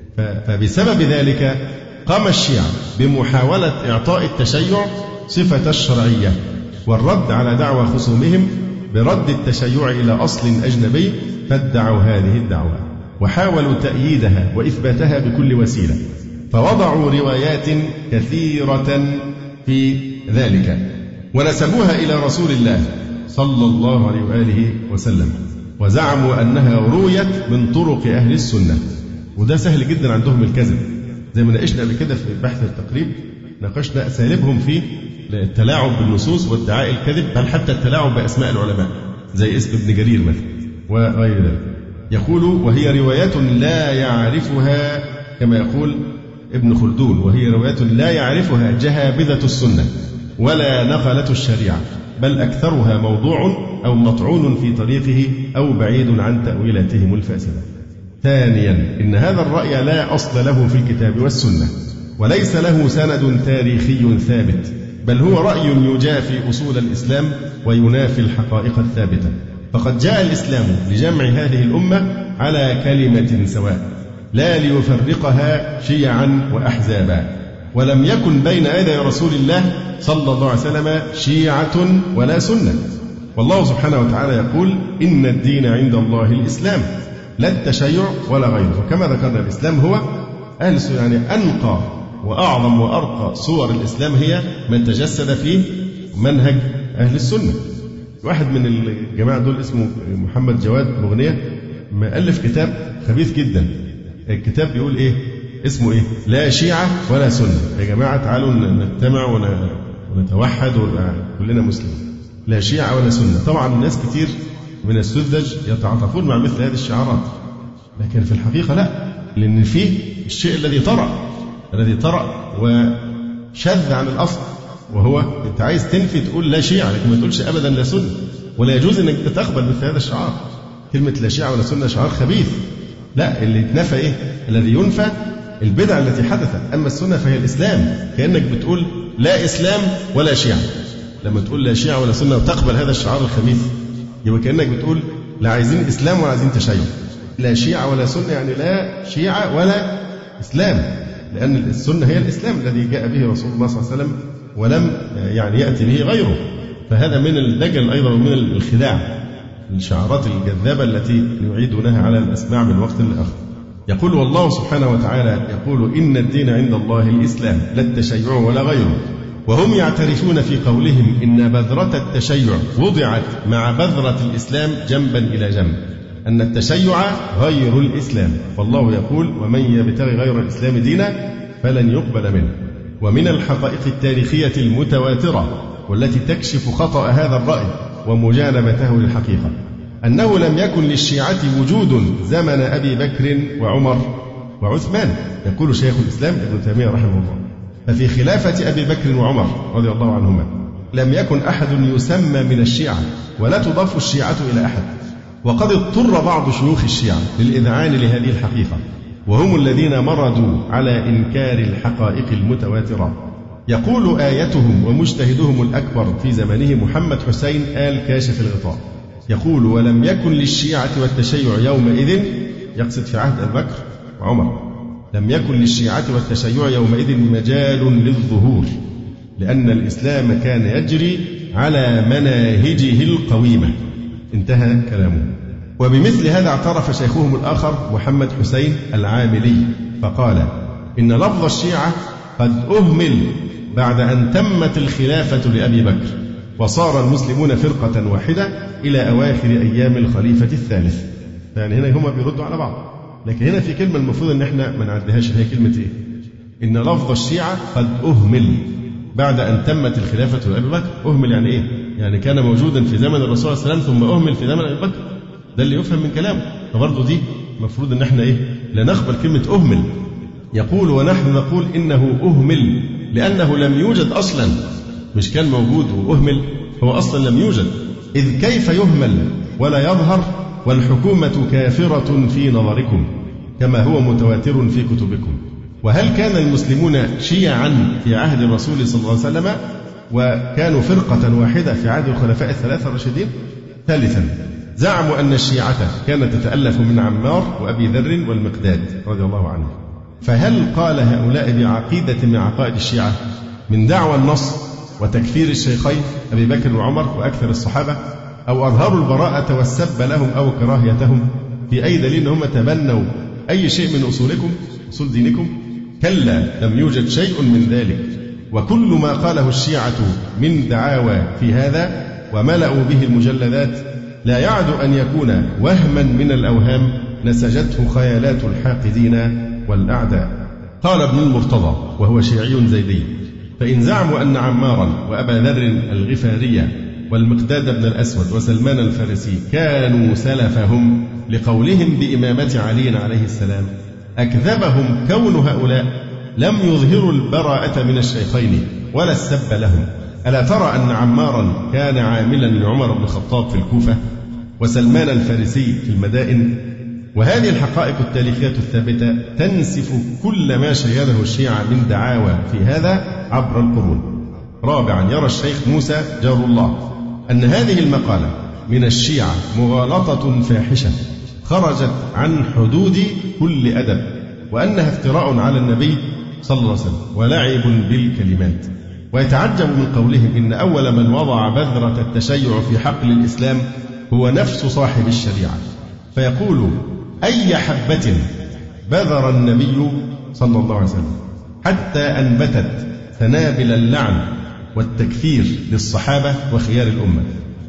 فبسبب ذلك قام الشيعة بمحاولة إعطاء التشيع صفة الشرعية، والرد على دعوى خصومهم برد التشيع إلى أصل أجنبي، فادعوا هذه الدعوة وحاولوا تأييدها وإثباتها بكل وسيلة، فوضعوا روايات كثيرة في ذلك ونسبوها إلى رسول الله صلى الله عليه وآله وسلم، وزعموا أنها رويت من طرق أهل السنة. وده سهل جدا عندهم الكذب، زي ما ناقشنا قبل كده في بحث التقريب، ناقشنا أساليبهم في التلاعب بالنصوص وادعاء الكذب، بل حتى التلاعب بأسماء العلماء زي اسم ابن جرير مثلا وغير ذلك. يقول: وهي روايات لا يعرفها، كما يقول ابن خلدون، وهي روايات لا يعرفها جهابذة السنة ولا نقلة الشريعة، بل أكثرها موضوع أو مطعون في طريقه أو بعيد عن تأويلاتهم الفاسدة. ثانيا، إن هذا الرأي لا أصل له في الكتاب والسنة، وليس له سند تاريخي ثابت، بل هو رأي يجافي أصول الإسلام وينافي الحقائق الثابتة. فقد جاء الإسلام لجمع هذه الأمة على كلمة سواء، لا ليفرقها شيعا وأحزابا، ولم يكن بين يدي رسول الله صلى الله عليه وسلم شيعة ولا سنة. والله سبحانه وتعالى يقول: إن الدين عند الله الإسلام، لا التشيع ولا غيره. وكما ذكرنا الإسلام هو أهل السنة، يعني أنقى وأعظم وأرقى صور الإسلام هي من تجسد في منهج أهل السنة. واحد من الجماعة دول اسمه محمد جواد مغنية مؤلف كتاب خبيث جدا. الكتاب بيقول إيه؟ اسمه إيه؟ لا شيعة ولا سنة. يا جماعة تعالوا نجتمع ونتوحد كلنا مسلمين. لا شيعة ولا سنة. طبعا الناس كتير من السذج يتعاطفون مع مثل هذه الشعارات، لكن في الحقيقة لا، لأن فيه الشيء الذي طرأ الذي طرأ وشذ عن الأصل، وهو أنت عايز تنفي تقول لا شيعة، لكن ما تقولش أبدا لا سنة. ولا يجوز أنك تقبل مثل هذا الشعار. كلمة لا شيعة ولا سنة شعار خبيث. لا، اللي يتنفى إيه؟ الذي ينفى البدع التي حدثت. أما السنة فهي الإسلام، كأنك بتقول لا إسلام ولا شيعة. لما تقول لا شيعة ولا سنة وتقبل هذا الشعار الخبيث، يبقى كأنك بتقول لا عايزين إسلام ولا عايزين تشيع. لا شيعة ولا سنة يعني لا شيعة ولا إسلام، لأن السنة هي الإسلام الذي جاء به رسول الله صلى الله عليه وسلم ولم يعني يأتي به غيره. فهذا من الدجل أيضا ومن الخداع، الشعارات الجذابة التي يعيدونها على الأسماع من وقت لآخر. يقول والله سبحانه وتعالى يقول: إن الدين عند الله الإسلام، لا التشيع ولا غيره. وهم يعترفون في قولهم إن بذرة التشيع وضعت مع بذرة الإسلام جنبا إلى جنب، أن التشيع غير الإسلام. والله يقول: ومن يبتغي غير الإسلام دينا فلن يقبل منه. ومن الحقائق التاريخية المتواترة والتي تكشف خطأ هذا الرأي ومجانبته للحقيقة أنه لم يكن للشيعة وجود زمن أبي بكر وعمر وعثمان. يقول شيخ الإسلام ابن تيمية رحمه الله: ففي خلافة أبي بكر وعمر رضي الله عنهما لم يكن أحد يسمى من الشيعة، ولا تضاف الشيعة إلى أحد. وقد اضطر بعض شيوخ الشيعة للإذعان لهذه الحقيقة، وهم الذين مرضوا على إنكار الحقائق المتواترة. يقول آيتهم ومجتهدهم الأكبر في زمنه محمد حسين آل كاشف الغطاء، يقول: ولم يكن للشيعة والتشيع يومئذ، يقصد في عهد أبي بكر وعمر، لم يكن للشيعة والتشيع يومئذ مجال للظهور، لأن الإسلام كان يجري على مناهجه القويمة. انتهى كلامه. وبمثل هذا اعترف شيخهم الآخر محمد حسين العاملي فقال: إن لفظ الشيعة قد أهمل بعد أن تمت الخلافة لأبي بكر، وصار المسلمون فرقة واحدة إلى أواخر أيام الخليفة الثالث. يعني هنا هم بيردوا على بعض، لكن هنا في كلمة المفروض أن احنا ما نعديهاش، هي كلمة إيه؟ إن لفظ الشيعة قد أهمل بعد أن تمت الخلافة لأبي بكر. أهمل يعني إيه؟ يعني كان موجودا في زمن الرسول صلى الله عليه وسلم ثم أهمل في زمن أبي بكر. ده اللي يفهم من كلامه. فبرضه دي المفروض أن احنا إيه؟ لا نقبل كلمة أهمل. يقول: ونحن نقول إنه أهمل لأنه لم يوجد أصلا، مش كان موجود وأهمل، هو أصلا لم يوجد. إذ كيف يهمل ولا يظهر والحكومة كافرة في نظركم كما هو متواتر في كتبكم؟ وهل كان المسلمون شيعا في عهد الرسول صلى الله عليه وسلم وكانوا فرقة واحدة في عهد الخلفاء الثلاثة الراشدين؟ ثالثا، زعموا أن الشيعة كانت تتألف من عمار وأبي ذر والمقداد رضي الله عنهم. فهل قال هؤلاء بعقيدة من عقائد الشيعة من دعوى النص وتكفير الشيخين أبي بكر وعمر وأكثر الصحابة، أو أظهروا البراءة والسب لهم أو كراهيتهم؟ في أي دليل هم تبنوا أي شيء من أصولكم أصول دينكم؟ كلا، لم يوجد شيء من ذلك. وكل ما قاله الشيعة من دعاوى في هذا وملأوا به المجلدات لا يعد أن يكون وهما من الأوهام نسجته خيالات الحاقدين والأعداء. قال ابن المرتضى وهو شيعي زيدي: فإن زعموا أن عمارا وأبا ذر الغفاري والمقداد بن الأسود وسلمان الفارسي كانوا سلفهم لقولهم بإمامة علي عليه السلام، أكذبهم كون هؤلاء لم يظهروا البراءة من الشيخين ولا السب لهم، ألا ترى أن عمارا كان عاملا لعمر بن الخطاب في الكوفة وسلمان الفارسي في المدائن؟ وهذه الحقائق التاريخية الثابتة تنسف كل ما شيده الشيعة من دعاوى في هذا عبر القرون. رابعا، يرى الشيخ موسى جار الله أن هذه المقالة من الشيعة مغالطة فاحشة خرجت عن حدود كل أدب، وأنها افتراء على النبي صلى الله عليه وسلم ولعب بالكلمات. ويتعجب من قولهم إن أول من وضع بذرة التشيع في حقل الإسلام هو نفس صاحب الشريعة، فيقول: أي حبة بذر النبي صلى الله عليه وسلم حتى أنبتت سنابل اللعن والتكفير للصحابة وخيار الأمة.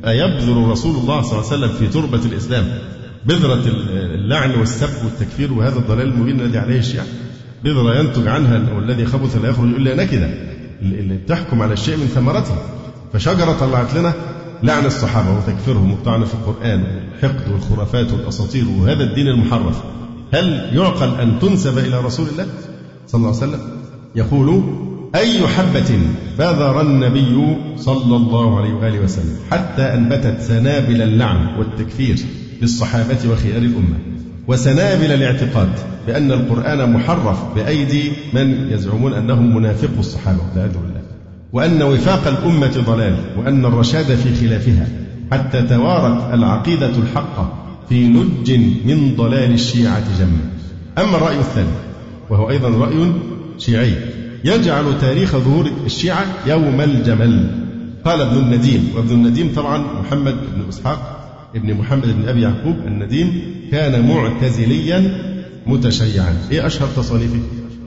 أيبذر رسول الله صلى الله عليه وسلم في تربة الإسلام بذرة اللعن والسب والتكفير وهذا الضلال المبين الذي عليه الشيعة؟ بذرة ينتج عنها والذي خبث لا يخرج إلا نكدة، اللي تحكم على الشيء من ثمرته. فشجرة طلعت لنا لعن الصحابة وتكفيرهم وطعن في القرآن والحقد والخرافات والأساطير وهذا الدين المحرف. هل يعقل أن تنسب إلى رسول الله صلى الله عليه وسلم؟ يقول: أي حبة بذر النبي صلى الله عليه وآله وسلم حتى أنبتت سنابل اللعن والتكفير للصحابة وخيار الأمة، وسنابل الاعتقاد بأن القرآن محرف بأيدي من يزعمون أنهم منافقو الصحابة والعياذ بالله، وأن وفاق الأمة ضلال، وأن الرشاد في خلافها، حتى توارت العقيدة الحقة في نج من ضلال الشيعة جمّا. أما الرأي الثاني وهو أيضا رأي شيعي يجعل تاريخ ظهور الشيعة يوم الجمل. قال ابن النديم، وابن النديم طبعا محمد بن إسحاق ابن محمد بن أبي يعقوب النديم كان معتزليا متشيعا. إيه أشهر تصانيفه؟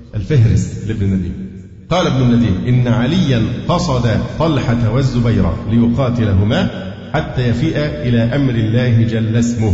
الفهرس لابن النديم. قال ابن النديم: إن عليا قصد طلحة والزبير ليقاتلهما حتى يفيء إلى أمر الله جل اسمه،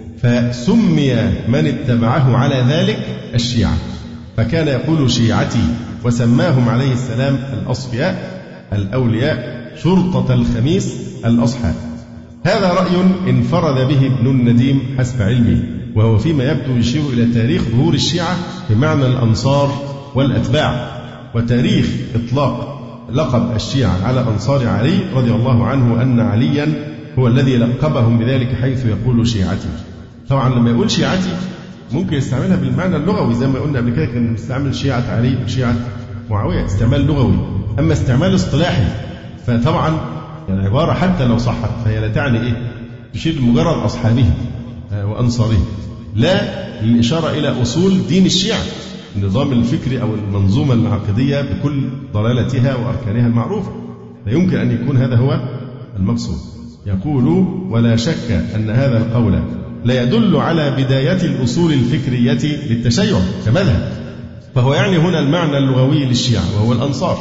فسمي من اتبعه على ذلك الشيعة، فكان يقول شيعتي، وسماهم عليه السلام الأصفياء الأولياء شرطة الخميس الأصحاب. هذا رأي انفرد به ابن النديم حسب علمه، وهو فيما يبدو يشير إلى تاريخ ظهور الشيعة بمعنى الأنصار والأتباع، وتاريخ إطلاق لقب الشيعة على أنصار علي رضي الله عنه أن عليا هو الذي لقبهم بذلك، حيث يقول شيعتي. طبعا لما يقول شيعتي ممكن يستعملها بالمعنى اللغوي زي ما قلنا قبل كده، كان بيستعمل شيعة علي وشيعة معاوية استعمال لغوي. أما استعمال اصطلاحي فطبعا يعني عبارة حتى لو صحت فهي لا تعني إيه؟ تشير لمجرد أصحابه وأنصاره، لا للإشارة إلى أصول دين الشيعة، النظام الفكري أو المنظومة العقدية بكل ضلالتها وأركانها المعروفة. لا يمكن أن يكون هذا هو المقصود. يقول: ولا شك أن هذا القول لا يدل على بداية الأصول الفكرية للتشيع كمذهب، فهو يعني هنا المعنى اللغوي للشيعة وهو الأنصار،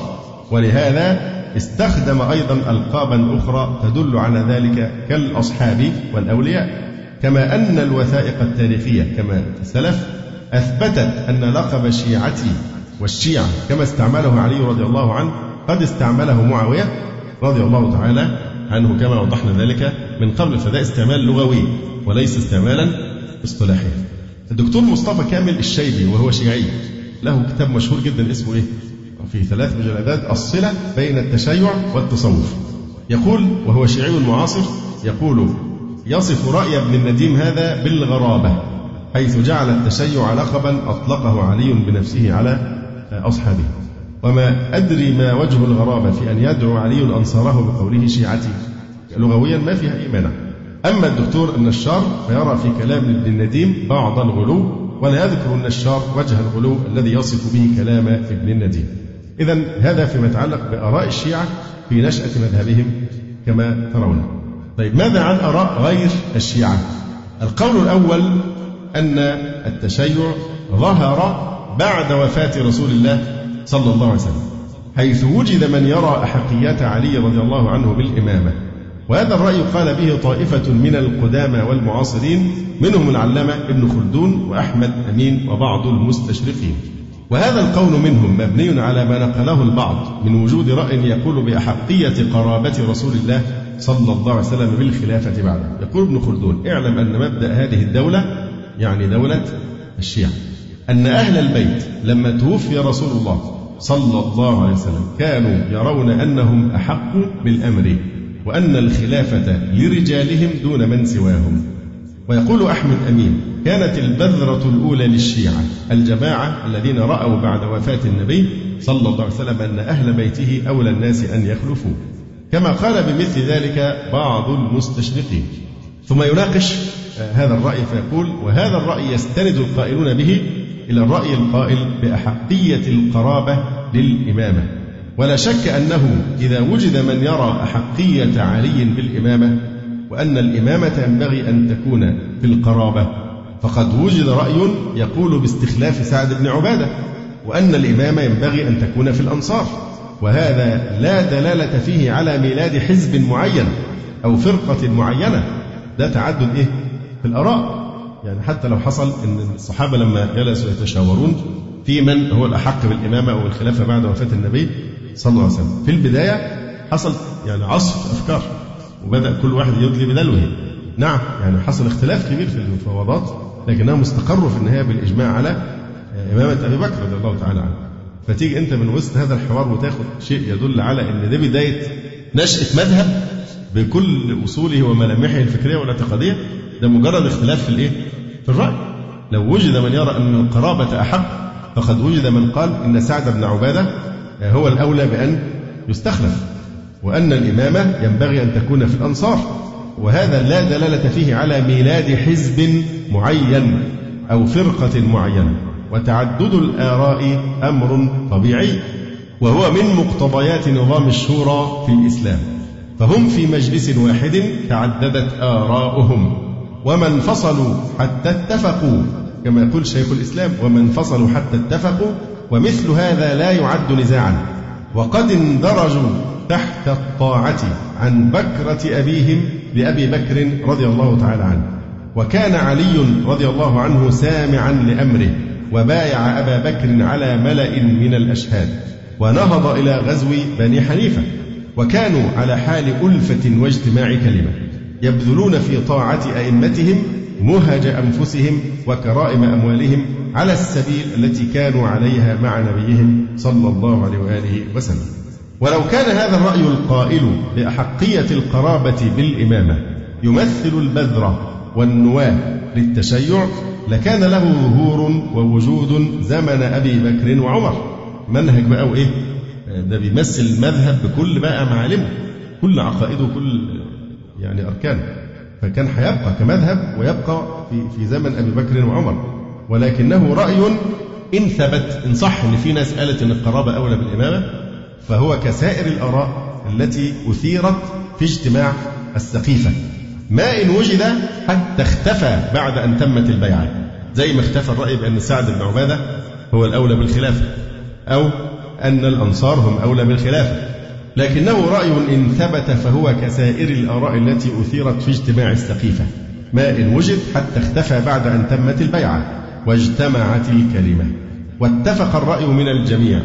ولهذا استخدم أيضا ألقابا أخرى تدل على ذلك كالأصحاب والأولياء. كما أن الوثائق التاريخية كما السلف أثبتت أن لقب الشيعة والشيعة كما استعمله علي رضي الله عنه قد استعمله معاوية رضي الله تعالى عنه كما وضحنا ذلك من قبل، فده استعمال لغوي وليس استعمالا اصطلاحيا. الدكتور مصطفى كامل الشيبي وهو شيعي له كتاب مشهور جدا اسمه إيه؟ في ثلاث مجلدات: الصلة بين التشيع والتصوف. يقول وهو شيعي معاصر، يقول: يصف رأي ابن النديم هذا بالغرابة، حيث جعل التشيع لقبا أطلقه علي بنفسه على أصحابه. وما أدري ما وجه الغرابة في أن يدعو علي أنصاره بقوله شيعتي، لغويا ما فيها أي مانع. أما الدكتور النشار فيرى في كلام ابن النديم بعض الغلو، ولا يذكر النشار وجه الغلو الذي يصف به كلام ابن النديم. إذن هذا فيما يتعلق بآراء الشيعة في نشأة مذهبهم كما ترون. طيب ماذا عن آراء غير الشيعة؟ القول الأول أن التشيع ظهر بعد وفاة رسول الله صلى الله عليه وسلم، حيث وجد من يرى أحقية علي رضي الله عنه بالإمامة، وهذا الرأي قال به طائفة من القدامى والمعاصرين، منهم العلامة ابن خلدون وأحمد أمين وبعض المستشرقين. وهذا القول منهم مبني على ما نقله البعض من وجود رأي يقول بأحقية قرابة رسول الله صلى الله عليه وسلم بالخلافة بعده. يقول ابن خلدون: اعلم أن مبدأ هذه الدولة، يعني دولة الشيعة، أن أهل البيت لما توفي رسول الله صلى الله عليه وسلم كانوا يرون أنهم أحق بالأمر وأن الخلافة لرجالهم دون من سواهم. ويقول أحمد أمين: كانت البذرة الأولى للشيعة الجماعة الذين رأوا بعد وفاة النبي صلى الله عليه وسلم أن أهل بيته أولى الناس أن يخلفوه، كما قال بمثل ذلك بعض المستشرقين. ثم يناقش هذا الرأي فيقول: وهذا الرأي يستند القائلون به إلى الرأي القائل بأحقية القرابة للإمامة، ولا شك أنه إذا وجد من يرى أحقية علي بالإمامة وأن الإمامة ينبغي أن تكون في القرابة، فقد وجد رأي يقول باستخلاف سعد بن عبادة، وأن الإمامة ينبغي أن تكون في الأنصار، وهذا لا دلالة فيه على ميلاد حزب معين أو فرقة معينة، ده تعدد إيه؟ في الآراء. يعني حتى لو حصل أن الصحابة لما جلسوا يتشاورون في من هو الأحق بالإمامة أو الخلافة بعد وفاة النبي صلى الله عليه وسلم، في البداية حصل يعني عصف أفكار وبدأ كل واحد يدلي بدلوه. نعم يعني حصل اختلاف كبير في المفاوضات، لكنها مستقر في النهاية بالإجماع على إمامة أبي بكر رضي الله تعالى عنه. فتيجي أنت من وسط هذا الحوار وتاخد شيء يدل على أن ده بداية نشأة مذهب بكل أصوله وملامحه الفكرية والاعتقادية، ده مجرد اختلاف في الإيه؟ في الرأي. لو وجد من يرى أن القرابة أحق فقد وجد من قال إن سعد بن عبادة هو الأولى بأن يستخلف، وأن الإمامة ينبغي أن تكون في الأنصار، وهذا لا دلالة فيه على ميلاد حزب معين أو فرقة معينة. وتعدد الآراء أمر طبيعي، وهو من مقتضيات نظام الشورى في الإسلام، فهم في مجلس واحد تعددت آراؤهم، وما انفصلوا حتى اتفقوا، كما يقول شيخ الإسلام: وما انفصلوا حتى اتفقوا، ومثل هذا لا يعد نزاعا. وقد اندرجوا تحت الطاعة عن بكرة أبيهم لأبي بكر رضي الله تعالى عنه، وكان علي رضي الله عنه سامعا لأمره، وبايع أبا بكر على ملأ من الأشهاد، ونهض إلى غزو بني حنيفة، وكانوا على حال ألفة واجتماع كلمة، يبذلون في طاعة أئمتهم مهج أنفسهم وكرائم أموالهم على السبيل التي كانوا عليها مع نبيهم صلى الله عليه وآله وسلم. ولو كان هذا الرأي القائل بأحقية القرابة بالإمامة يمثل البذرة والنواة للتشيع لكان له ظهور ووجود زمن أبي بكر وعمر. منهج بقى وإيه؟ ده بيمثل المذهب بكل بقى معالمه، كل عقائده، كل يعني أركانه، فكان هيبقى كمذهب ويبقى في في زمن أبي بكر وعمر. ولكنه رأي إن ثبت، إن صح إن في ناس قالت إن القرابة أولى بالإمامة، فهو كسائر الآراء التي أثيرت في اجتماع السقيفة، ما إن وجد حتى اختفى بعد أن تمت البيعة، زي ما اختفى الرأي بأن سعد بن عبادة هو الأولى بالخلافة، أو أن الأنصار هم أولى بالخلافة. لكنه رأي إن ثبت فهو كسائر الآراء التي أثيرت في اجتماع السقيفة، ما إن وجد حتى اختفى بعد أن تمت البيعة واجتمعت الكلمة. واتفق الرأي من الجميع،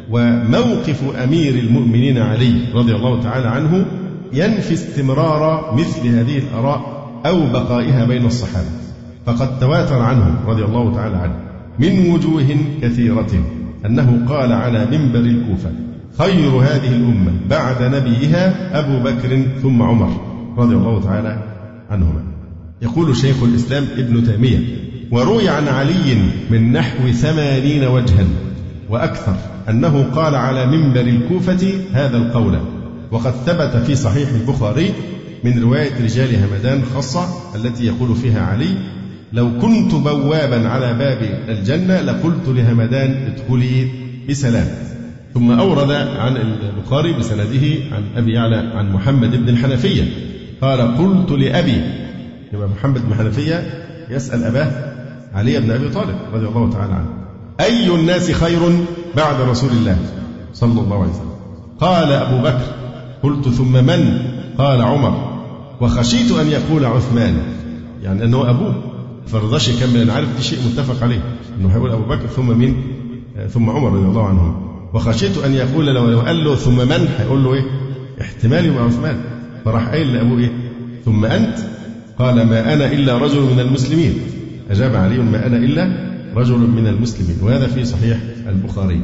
وموقف أمير المؤمنين علي رضي الله تعالى عنه ينفي استمرار مثل هذه الآراء أو بقائها بين الصحابة، فقد تواتر عنه رضي الله تعالى عنه من وجوه كثيرة أنه قال على منبر الكوفة: خير هذه الأمة بعد نبيها أبو بكر ثم عمر رضي الله تعالى عنهما. يقول شيخ الإسلام ابن تيمية: وروي عن علي من نحو ثمانين وجها وأكثر أنه قال على منبر الكوفة هذا القول، وقد ثبت في صحيح البخاري من رواية رجال همدان خاصة التي يقول فيها علي: لو كنت بوابا على باب الجنة لقلت لهمدان ادخلي بسلام. ثم أورد عن البخاري بسنده عن أبي يعلى عن محمد بن الحنفية قال: قلت لأبي، يبقى محمد بن الحنفية يسأل أباه علي بن أبي طالب رضي الله تعالى عنه: أي الناس خير بعد رسول الله صلى الله عليه وسلم؟ قال أبو بكر. قلت: ثم من؟ قال عمر. وخشيت أن يقول عثمان، يعني أنه أبوه، فرضاش يكمل. أنا عارف دي شيء متفق عليه أنه هيقول أبو بكر ثم مين؟ ثم عمر رضي الله عنهم. وخشيت أن يقول لو, لو قال له ثم من هيقول له إيه؟ احتمال يبقى عثمان، فراح قايل لأبوه إيه؟ ثم أنت؟ قال: ما أنا إلا رجل من المسلمين. أجاب علي: ما أنا إلا رجل من المسلمين. وهذا في صحيح البخاري.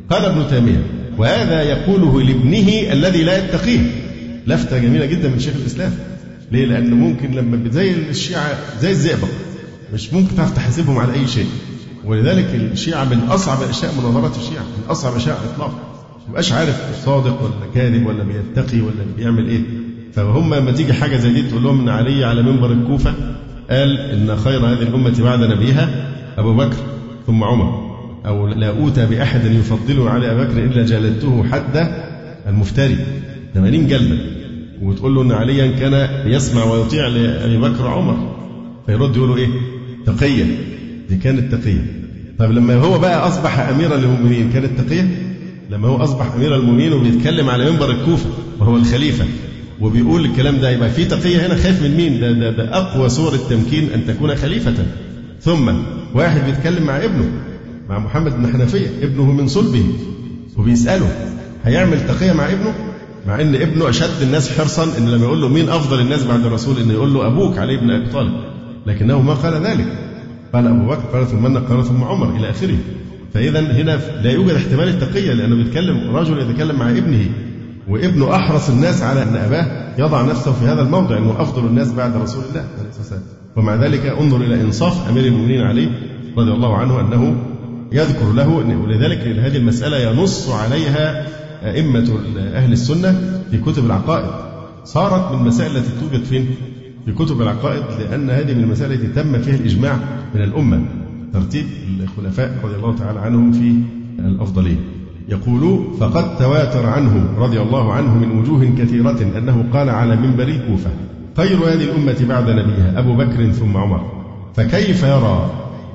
قال ابن تيمية: وهذا يقوله لابنه الذي لا يتقيه. لفتة جميلة جدا من شيخ الإسلام. ليه؟ لأنه ممكن لما زي الشيعة زي الزئبق مش ممكن تعرف تحاسبهم على أي شيء، ولذلك الشيعة من أصعب أشياء مناظرات الشيعة، من أصعب أشياء إطلاقا. مبقاش عارف صادق ولا كاذب ولا بيتقي ولا بيعمل إيه. فهم لما تيجي حاجة زي دي تقول لهم إن علي على منبر الكوفة قال إن خير هذه الأمة بعد نبيها أبو بكر ثم عمر، أو لا أوتى بأحد يفضله على أبي بكر إلا جلدته حد المفتري ثمانين جلدة. وتقول له إن عليا كان يسمع ويطيع لأبي بكر وعمر، فيرد يقول له إيه؟ تقية. دي كانت تقية. طيب لما هو بقى أصبح أميرا للمؤمنين كانت تقية؟ لما هو أصبح أمير المؤمنين وبيتكلم على منبر الكوفة وهو الخليفة وبيقول الكلام ده، يبقى في تقية هنا. خايف من مين؟ ده, ده, ده أقوى صور التمكين أن تكون خليفة. ثم واحد بيتكلم مع ابنه، مع محمد بن حنفية ابنه من صلبه، وبيسأله هيعمل تقية مع ابنه؟ مع ان ابنه اشد الناس حرصا ان لما يقول له مين افضل الناس بعد الرسول ان يقول له ابوك علي بن ابي طالب، لكنه ما قال ذلك. قال ابو بكر، قال ثم من، قال ثم عمر، الى اخره. فاذا هنا لا يوجد احتمال التقية، لانه بيتكلم رجل يتكلم مع ابنه، وابنه احرص الناس على ان اباه يضع نفسه في هذا الموضع انه افضل الناس بعد رسول الله عليه الصلاه والسلام. ومع ذلك انظر الى انصاف امير المؤمنين علي رضي الله عنه انه يذكر له، ولذلك هذه المسألة ينص عليها أئمة أهل السنة في كتب العقائد. صارت من المسائل التي توجد فين؟ في كتب العقائد، لأن هذه من المسائل التي تم فيها الإجماع من الأمة، ترتيب الخلفاء رضي الله تعالى عنهم في الأفضلية. يقول: فقد تواتر عنه رضي الله عنه من وجوه كثيرة أنه قال على منبر الكوفة: خير هذه الأمة بعد نبيها أبو بكر ثم عمر، فكيف يرى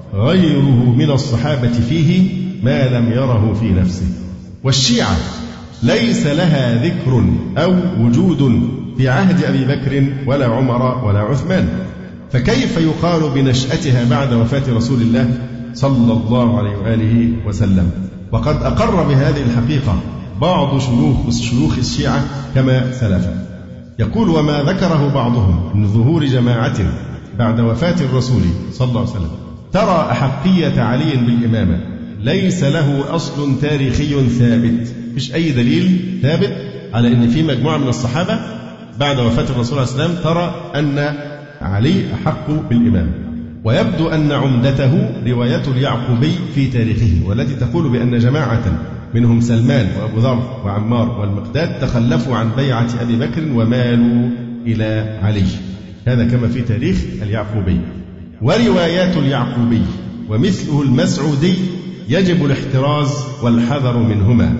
غيره من الصحابة فيه ما لم يره في نفسه. والشيعة ليس لها ذكر أو وجود في عهد أبي بكر ولا عمر ولا عثمان، فكيف يقال بنشأتها بعد وفاة رسول الله صلى الله عليه وآله وسلم؟ وقد أقر بهذه الحقيقة بعض شيوخ شيوخ الشيعة كما سلف. يقول: وما ذكره بعضهم من ظهور جماعة بعد وفاة الرسول صلى الله عليه وسلم ترى أحقية علي بالإمامة ليس له أصل تاريخي ثابت. مفيش أي دليل ثابت على أن في مجموعة من الصحابة بعد وفاة الرسول عليه السلام ترى أن علي أحق بالإمامة. ويبدو أن عمدته رواية اليعقوبي في تاريخه، والتي تقول بأن جماعة منهم سلمان وأبو ذر وعمار والمقداد تخلفوا عن بيعة أبي بكر ومالوا إلى علي. هذا كما في تاريخ اليعقوبي. وروايات اليعقوبي ومثله المسعودي يجب الاحتراز والحذر منهما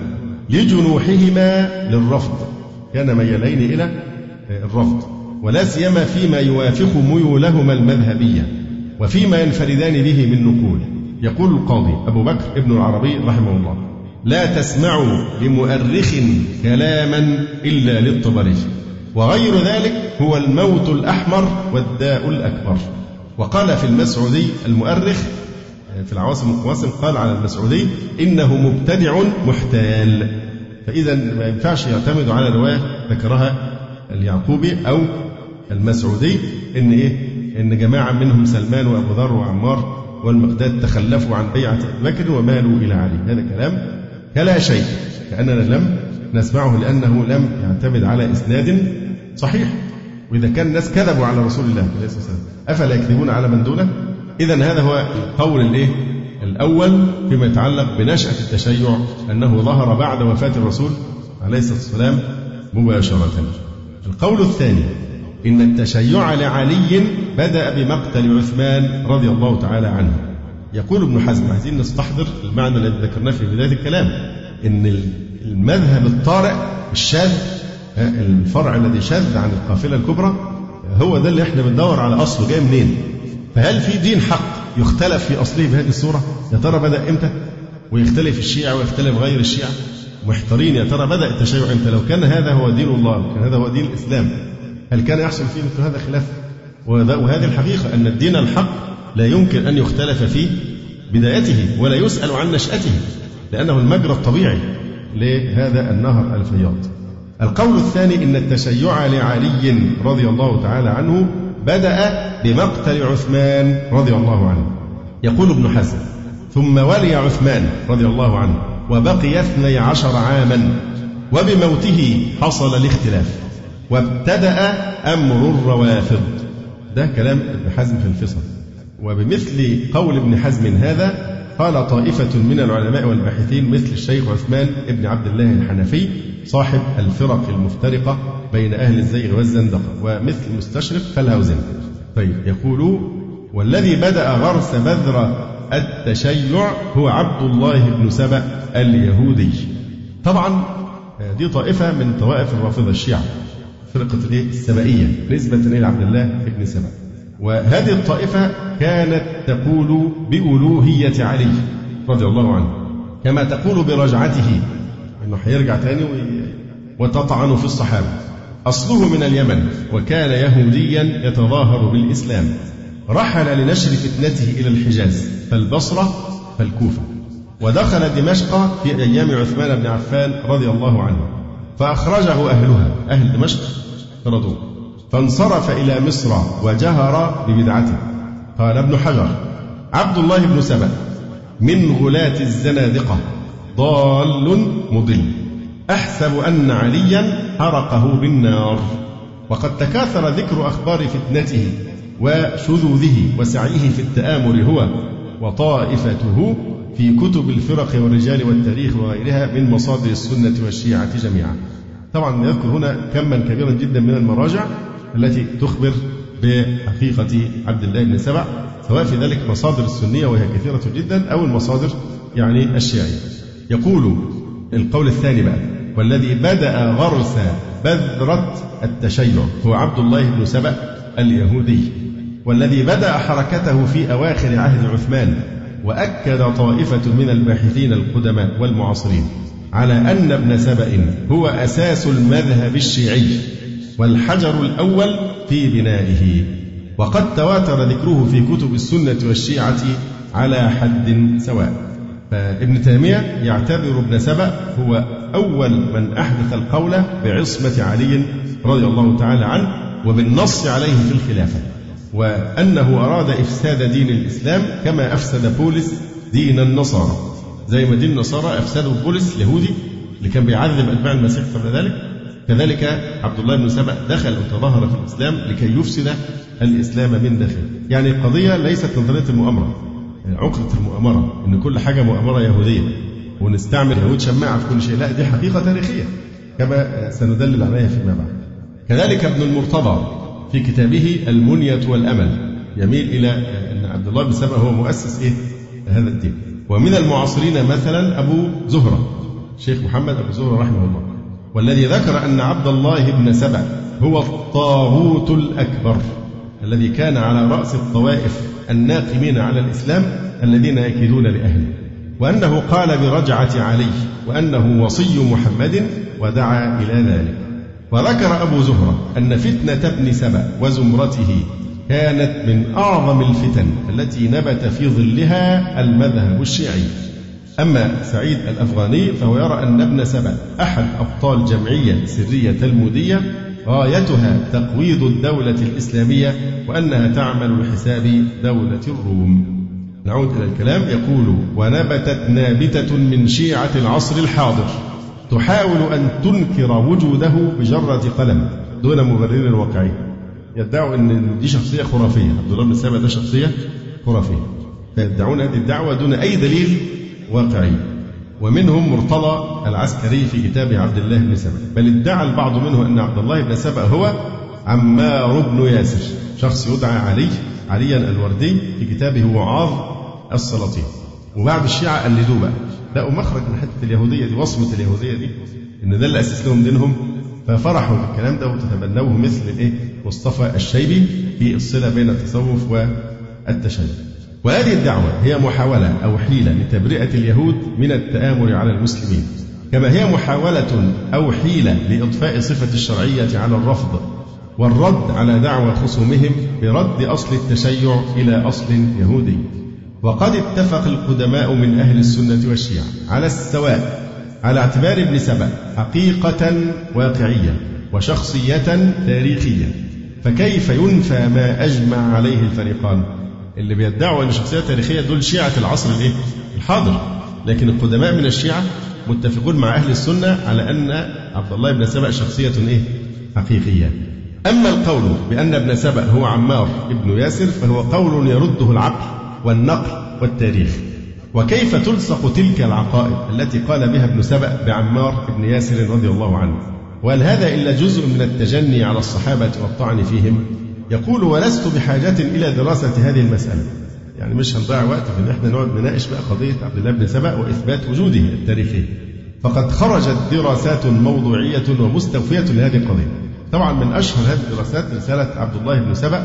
لجنوحهما للرفض، كان ميلين إلى الرفض، ولا سيما فيما يوافق ميولهما المذهبية وفيما ينفردان به من نقول. يقول القاضي أبو بكر ابن العربي رحمه الله: لا تسمعوا لمؤرخ كلاما إلا للطبري، وغير ذلك هو الموت الأحمر والداء الأكبر. وقال في المسعودي المؤرخ في العواصم والقواسم، قال على المسعودي: إنه مبتدع محتال. فإذا ما ينفعش يعتمد على رواية ذكرها اليعقوبي أو المسعودي إن إيه؟ إن جماعة منهم سلمان وأبو ذر وعمار والمقداد تخلفوا عن بيعة أبي بكر ومالوا إلى علي. هذا كلام كلا شيء، كأننا لم نسمعه لأنه لم يعتمد على إسناد صحيح. وإذا كان الناس كذبوا على رسول الله عليه الصلاة والسلام أفلا يكذبون على من دونه؟ إذن هذا هو القول الإيه؟ الأول فيما يتعلق بنشأة التشيع، أنه ظهر بعد وفاة الرسول عليه الصلاة والسلام مباشرة. القول الثاني إن التشيع لعلي بدأ بمقتل عثمان رضي الله تعالى عنه. يقول ابن حزم، عايزين نستحضر المعنى الذي ذكرناه في بداية الكلام، إن المذهب الطارئ الشاذ، الفرع الذي شذ عن القافلة الكبرى، هو ده اللي احنا بندور على أصله جاي منين. فهل في دين حق يختلف في أصله بهذه الصورة؟ يا ترى بدأ إمتى؟ ويختلف الشيعة ويختلف غير الشيعة، محتارين يا ترى بدأ التشيع إمتى؟ لو كان هذا هو دين الله، كان هذا هو دين الإسلام، هل كان يحصل فيه مثل هذا خلاف؟ وهذه الحقيقة أن الدين الحق لا يمكن أن يختلف في بدايته ولا يسأل عن نشأته، لأنه المجرى الطبيعي لهذا النهر الفياض. القول الثاني إن التشيع لعلي رضي الله تعالى عنه بدأ بمقتل عثمان رضي الله عنه. يقول ابن حزم: ثم ولي عثمان رضي الله عنه وبقي اثني عشر عاما، وبموته حصل الاختلاف وابتدأ أمر الروافض. ده كلام ابن حزم في الفصل. وبمثل قول ابن حزم هذا قال طائفة من العلماء والباحثين مثل الشيخ عثمان بن عبد الله الحنفي صاحب الفرق المفترقة بين أهل الزيغ والزندقة، ومثل مستشرق فالهوزن. طيب يقول: والذي بدأ غرس بذر التشيع هو عبد الله بن سبأ اليهودي. طبعا دي طائفة من طوائف الرافضة الشيعة، فرقة السبائية نسبة إلى عبد الله بن سبأ. وهذه الطائفة كانت تقول بألوهية علي رضي الله عنه، كما تقول برجعته أنه هيرجع تاني وتطعن في الصحابة. أصله من اليمن، وكان يهوديا يتظاهر بالإسلام. رحل لنشر فتنته إلى الحجاز فالبصرة فالكوفة، ودخل دمشق في أيام عثمان بن عفان رضي الله عنه، فأخرجه أهلها، أهل دمشق طردوه، فانصرف إلى مصر وجهر ببدعته. قال ابن حجر: عبد الله بن سبأ من غلاة الزنادقة ضال مضل، أحسب أن عليا حرقه بالنار. وقد تكاثر ذكر أخبار فتنته وشذوذه وسعيه في التآمر هو وطائفته في كتب الفرق والرجال والتاريخ وغيرها من مصادر السنة والشيعة جميعا. طبعا يذكر هنا كما كبيرا جدا من المراجع التي تخبر بحقيقة عبد الله بن سبأ، سواء في ذلك مصادر السنية وهي كثيرة جدا أو المصادر يعني الشيعية. يقول القول الثاني بقى: والذي بدأ غرس بذرة التشيع هو عبد الله بن سبأ اليهودي، والذي بدأ حركته في أواخر عهد عثمان. وأكد طائفة من الباحثين القدماء والمعاصرين على أن ابن سبأ هو أساس المذهب الشيعي والحجر الأول في بنائه، وقد تواتر ذكره في كتب السنة والشيعة على حد سواء. فابن تيمية يعتبر ابن سبأ هو أول من أحدث القول بعصمة علي رضي الله تعالى عنه وبالنص عليه في الخلافة، وأنه أراد إفساد دين الإسلام كما أفسد بولس دين النصارى، زي ما دين النصارى أفسدوا بولس اليهودي اللي كان بيعذب أتباع المسيح قبل ذلك، كذلك عبد الله بن سبأ دخل وتظاهر في الإسلام لكي يفسد الإسلام من داخله. يعني القضية ليست نظرية المؤامرة، يعني عقدة المؤامرة إن كل حاجة مؤامرة يهودية ونستعمل يهود شماعة في كل شيء، لا، دي حقيقة تاريخية كما سندلل عليها فيما بعد. كذلك ابن المرتضى في كتابه المنية والأمل يميل إلى أن عبد الله بن سبأ هو مؤسس إيه هذا الدين. ومن المعاصرين مثلا أبو زهرة، الشيخ محمد أبو زهرة رحمه الله، والذي ذكر أن عبد الله بن سبأ هو الطاغوت الأكبر الذي كان على رأس الطوائف الناقمين على الإسلام الذين يكيدون لأهله، وأنه قال برجعة علي وأنه وصي محمد ودعا إلى ذلك. وذكر أبو زهرة أن فتنة ابن سبأ وزمرته كانت من أعظم الفتن التي نبت في ظلها المذهب الشيعي. أما سعيد الأفغاني فهو يرى أن ابن سبأ أحد أبطال جمعية سرية تلمودية غايتها تقويض الدولة الإسلامية وأنها تعمل لحساب دولة الروم. نعود إلى الكلام. يقول: ونبتت نابتة من شيعة العصر الحاضر تحاول أن تنكر وجوده بجرة قلم دون مبرر واقعي. يدعوا أن دي شخصية خرافية، عبد الله بن سبأ ده شخصية خرافية، فيدعون هذه الدعوة دون أي دليل واقعي. ومنهم مرتضى العسكري في كتابه عبد الله بن سبأ، بل ادعى البعض منه أن عبد الله بن سبأ هو عمار بن ياسر، شخص يدعى علي عليا الوردي في كتابه وعاظ السلاطين. وبعض الشيعة قلدوه بقى، لقوا مخرج من حتة اليهودية دي، وصمة اليهودية دي، إن ده اللي أسس لهم دينهم، ففرحوا بالكلام ده وتتبنوه مثل الإيه مصطفى الشيبي في الصلة بين التصوف والتشيع. وهذه الدعوة هي محاولة أو حيلة لتبرئة اليهود من التآمر على المسلمين، كما هي محاولة أو حيلة لإضفاء صفة الشرعية على الرفض والرد على دعوى خصومهم برد أصل التشيع إلى أصل يهودي. وقد اتفق القدماء من أهل السنة والشيعة على السواء على اعتبار ابن سبأ حقيقة واقعية وشخصية تاريخية، فكيف ينفى ما أجمع عليه الفريقان؟ اللي بيدعوا أن شخصية تاريخية دول شيعة العصر الإيه؟ الحاضر، لكن القدماء من الشيعة متفقون مع أهل السنة على أن عبد الله بن سبأ شخصية إيه؟ حقيقية. أما القول بأن ابن سبأ هو عمار ابن ياسر فهو قول يرده العقل والنقل والتاريخ. وكيف تلصق تلك العقائد التي قال بها ابن سبأ بعمار ابن ياسر رضي الله عنه؟ وهل هذا إلا جزء من التجني على الصحابة والطعن فيهم؟ يقول: ولست بحاجة إلى دراسة هذه المسألة. يعني مش هنضيع وقت في ان احنا نقعد نناقش بقى قضية عبد الله بن سبأ وإثبات وجوده التاريخي. فقد خرجت دراسات موضوعية ومستوفية لهذه القضية. طبعا من أشهر هذه الدراسات رسالة عبد الله بن سبأ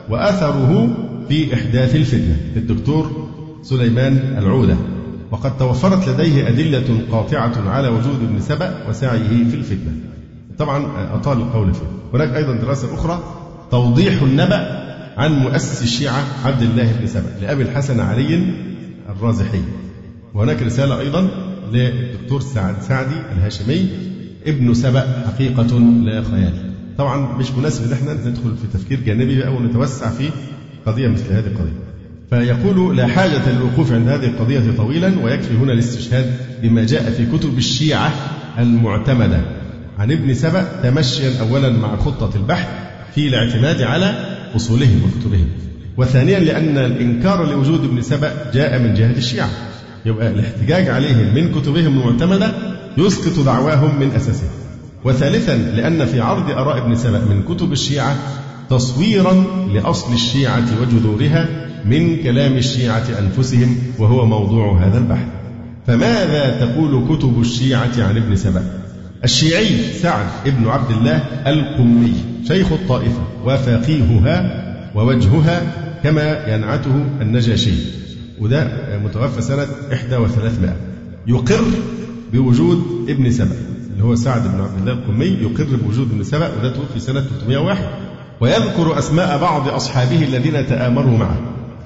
وأثره في إحداث الفتنة للدكتور سليمان العودة، وقد توفرت لديه أدلة قاطعة على وجود ابن سبأ وسعيه في الفتنة. طبعا أطال القول فيه. هناك أيضا دراسة أخرى توضيح النبأ عن مؤسس الشيعة عبد الله بن سبأ لأبي الحسن علي الرازحي. وهناك رسالة أيضا للدكتور سعد سعدي الهاشمي ابن سبأ حقيقة لا خيال. طبعا مش مناسب ان احنا ندخل في تفكير جانبي بقى ونتوسع في قضية مثل هذه القضية. فيقول: لا حاجة للوقوف عند هذه القضية طويلا، ويكفي هنا الاستشهاد بما جاء في كتب الشيعة المعتمدة عن ابن سبأ، تمشيا أولا مع خطة البحث في الاعتماد على أصولهم وكتبهم، وثانيا لأن الإنكار لوجود ابن سبأ جاء من جهة الشيعة، يبقى الاحتجاج عليهم من كتبهم المعتمدة يسقط دعواهم من أساسها، وثالثا لأن في عرض آراء ابن سبأ من كتب الشيعة تصويرا لأصل الشيعة وجذورها من كلام الشيعة أنفسهم، وهو موضوع هذا البحث. فماذا تقول كتب الشيعة عن ابن سبأ؟ الشيعي سعد ابن عبد الله القمي شيخ الطائفة وفقيهها ووجهها كما ينعته النجاشي، وده متوفى سنة إحدى وثلاثمائة، يقر بوجود ابن سبأ اللي هو سعد بن عبد الله القمي، يقر بوجود ابن سبأ، وده توفي سنة ثلاثمائة وواحد، ويذكر أسماء بعض أصحابه الذين تآمروا معه،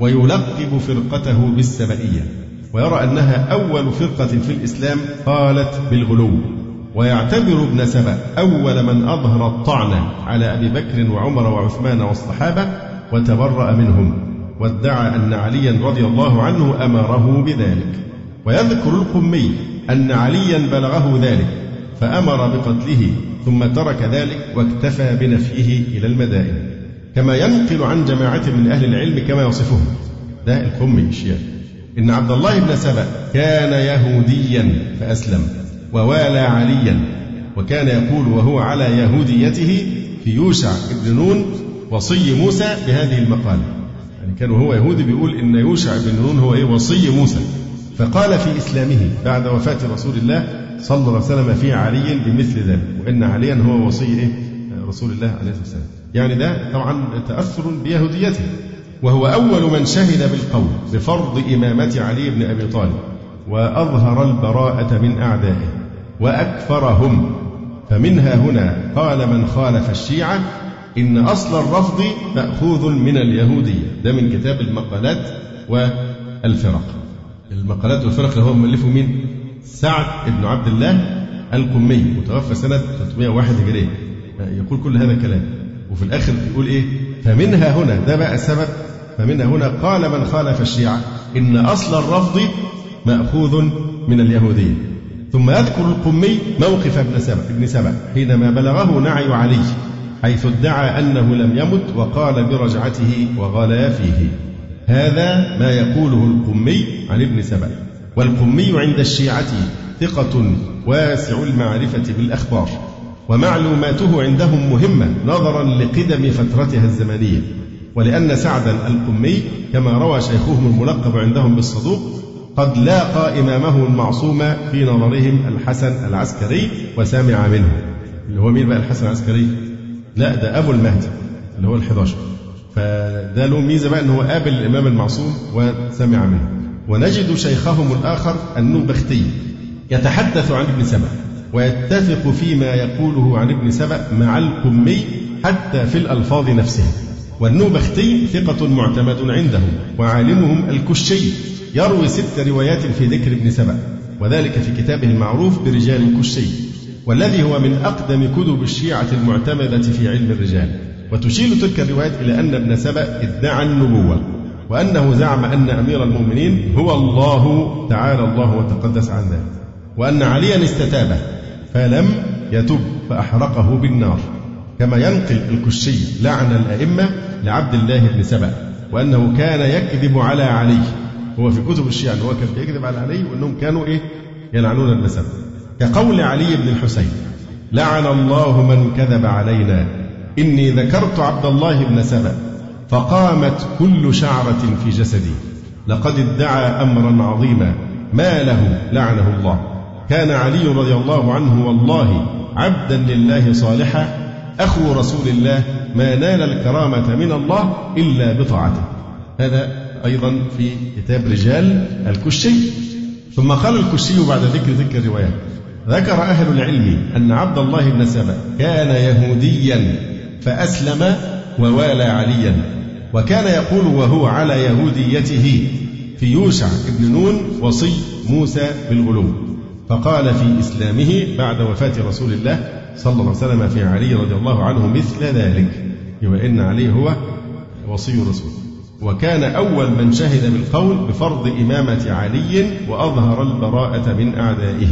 ويلقب فرقته بالسبئية، ويرى أنها أول فرقة في الإسلام قالت بالغلو، ويعتبر ابن سبأ أول من أظهر الطعن على أبي بكر وعمر وعثمان والصحابة وتبرأ منهم، وادعى أن عليا رضي الله عنه أمره بذلك. ويذكر القمي أن عليا بلغه ذلك فأمر بقتله ثم ترك ذلك واكتفى بنفيه إلى المدائن، كما ينقل عن جماعة من أهل العلم كما يصفهم ده القمي الشيعي إن عبد الله بن سبأ كان يهوديا فأسلم ووالى عليا، وكان يقول وهو على يهوديته في يوشع بن نون وصي موسى بهذه المقالة. يعني كان وهو يهودي بيقول إن يوشع بن نون هو إيه وصي موسى، فقال في إسلامه بعد وفاة رسول الله صلى الله عليه وسلم في علي بمثل ذلك، وإن عليا هو وصي إيه رسول الله عليه الصلاة والسلام. يعني ده طبعا تأثر بيهوديته، وهو أول من شهد بالقول بفرض إمامة علي بن أبي طالب، وأظهر البراءة من أعدائه وأكفرهم. فمنها هنا قال من خالف الشيعة إن أصل الرفض مأخوذ من اليهودية. ده من كتاب المقالات والفرق. المقالات والفرق اللي هو مؤلفه مين؟ سعد بن عبد الله القمي، متوفى سنة ثلاثمائة وواحد هجرية. يقول كل هذا الكلام وفي الآخر يقول إيه؟ فمنها هنا، ده بقى السبب، فمنها هنا قال من خالف الشيعة إن أصل الرفض مأخوذ من اليهودية. ثم يذكر القمي موقف ابن سبأ ابن سبأ حينما بلغه نعي علي، حيث ادعى أنه لم يمت وقال برجعته وغلا فيه. هذا ما يقوله القمي عن ابن سبأ. والقمي عند الشيعة ثقة واسع المعرفة بالأخبار، ومعلوماته عندهم مهمة نظرا لقدم فترتها الزمنية، ولأن سعدا القمي كما روى شيخهم الملقب عندهم بالصدوق قد لاقى إمامه المعصوم في نظرهم الحسن العسكري وسمع منه. اللي هو مين بقى الحسن العسكري؟ لا ده أبو المهدي اللي هو الحداشر. فده له ميزة بقى أنه قابل الإمام المعصوم وسمع منه. ونجد شيخهم الآخر النوبختي يتحدث عن ابن سبأ ويتفق فيما يقوله عن ابن سبأ مع القمي حتى في الألفاظ نفسها. والنوبختي ثقة معتمد عندهم، وعالمهم الكشي يروي ست روايات في ذكر ابن سبأ، وذلك في كتابه المعروف برجال الكشي، والذي هو من أقدم كتب الشيعة المعتمدة في علم الرجال. وتشير تلك الروايات إلى أن ابن سبأ ادعى النبوة، وأنه زعم أن أمير المؤمنين هو الله تعالى الله وتقدس عن ذلك، وأن عليا استتابه فلم يتب فأحرقه بالنار، كما ينقل الكشي لعن الأئمة لعبد الله بن سبأ وأنه كان يكذب على علي. هو في كتب الشيعة أنه كان بيكذب على علي وأنهم كانوا إيه يلعنون ابن سبأ، كقول علي بن الحسين: لعن الله من كذب علينا، إني ذكرت عبد الله بن سبأ فقامت كل شعرة في جسدي، لقد ادعى أمرا عظيما ما له لعنه الله. كان علي رضي الله عنه والله عبدا لله صالحا، أخو رسول الله، ما نال الكرامة من الله إلا بطاعته. هذا أيضا في كتاب رجال الكشي. ثم قال الكشي بعد ذكر ذكر الروايات: ذكر أهل العلم أن عبد الله بن سبأ كان يهوديا فأسلم ووالى عليا، وكان يقول وهو على يهوديته في يوشع بن نون وصي موسى بالغلو، فقال في إسلامه بعد وفاة رسول الله صلى الله عليه وسلم في علي رضي الله عنه مثل ذلك، يبقى إن علي هو وصي رسول. وكان أول من شهد بالقول بفرض إمامة علي وأظهر البراءة من أعدائه،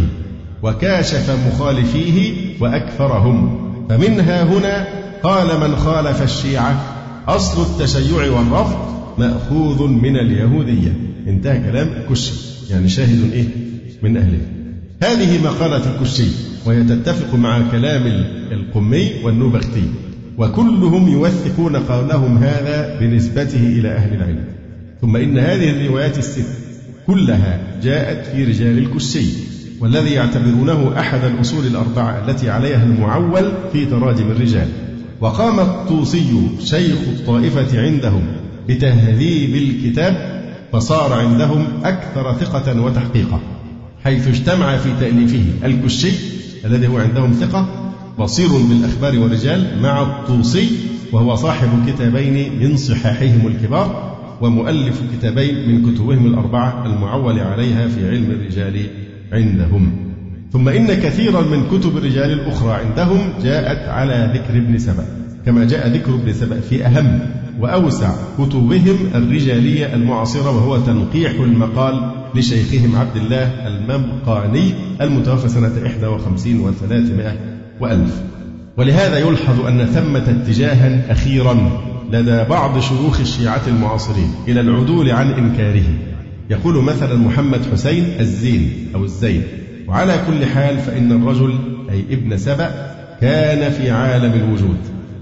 وكاشف مخالفيه وأكثرهم. فمنها هنا قال من خالف الشيعة أصل التشيع والرفض مأخوذ من اليهودية. انتهى كلام الكشي، يعني شاهد إيه من أهله. هذه مقالة الكشي، وهي تتفق مع كلام القمي والنوبختي، وكلهم يوثقون قولهم هذا بنسبته إلى أهل العلم. ثم إن هذه الروايات الست كلها جاءت في رجال الكشي، والذي يعتبرونه أحد الأصول الأربعة التي عليها المعول في تراجم الرجال. وقام الطوسي شيخ الطائفة عندهم بتهذيب الكتاب، فصار عندهم أكثر ثقة وتحقيقا، حيث اجتمع في تأليفه الكشي الذي هو عندهم ثقة بصير بالأخبار والرجال مع الطوسي، وهو صاحب كتابين من صحاحهم الكبار، ومؤلف كتابين من كتبهم الأربعة المعول عليها في علم الرجال عندهم. ثم إن كثيرا من كتب الرجال الأخرى عندهم جاءت على ذكر ابن سبأ، كما جاء ذكر ابن سبأ في أهم وأوسع كتبهم الرجالية المعاصرة، وهو تنقيح المقال لشيخهم عبد الله الممقاني المتوفى سنة إحدى وخمسين وثلاثمائة وألف. ولهذا يلحظ أن ثمة اتجاها أخيرا لدى بعض شيوخ الشيعة المعاصرين إلى العدول عن إنكاره. يقول مثلا محمد حسين الزين أو الزين: وعلى كل حال فإن الرجل أي ابن سبأ كان في عالم الوجود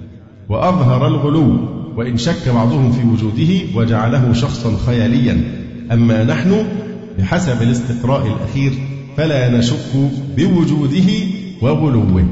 وأظهر الغلو، وإن شك بعضهم في وجوده وجعله شخصا خياليا، أما نحن بحسب الاستقراء الأخير فلا نشك بوجوده وغلوه.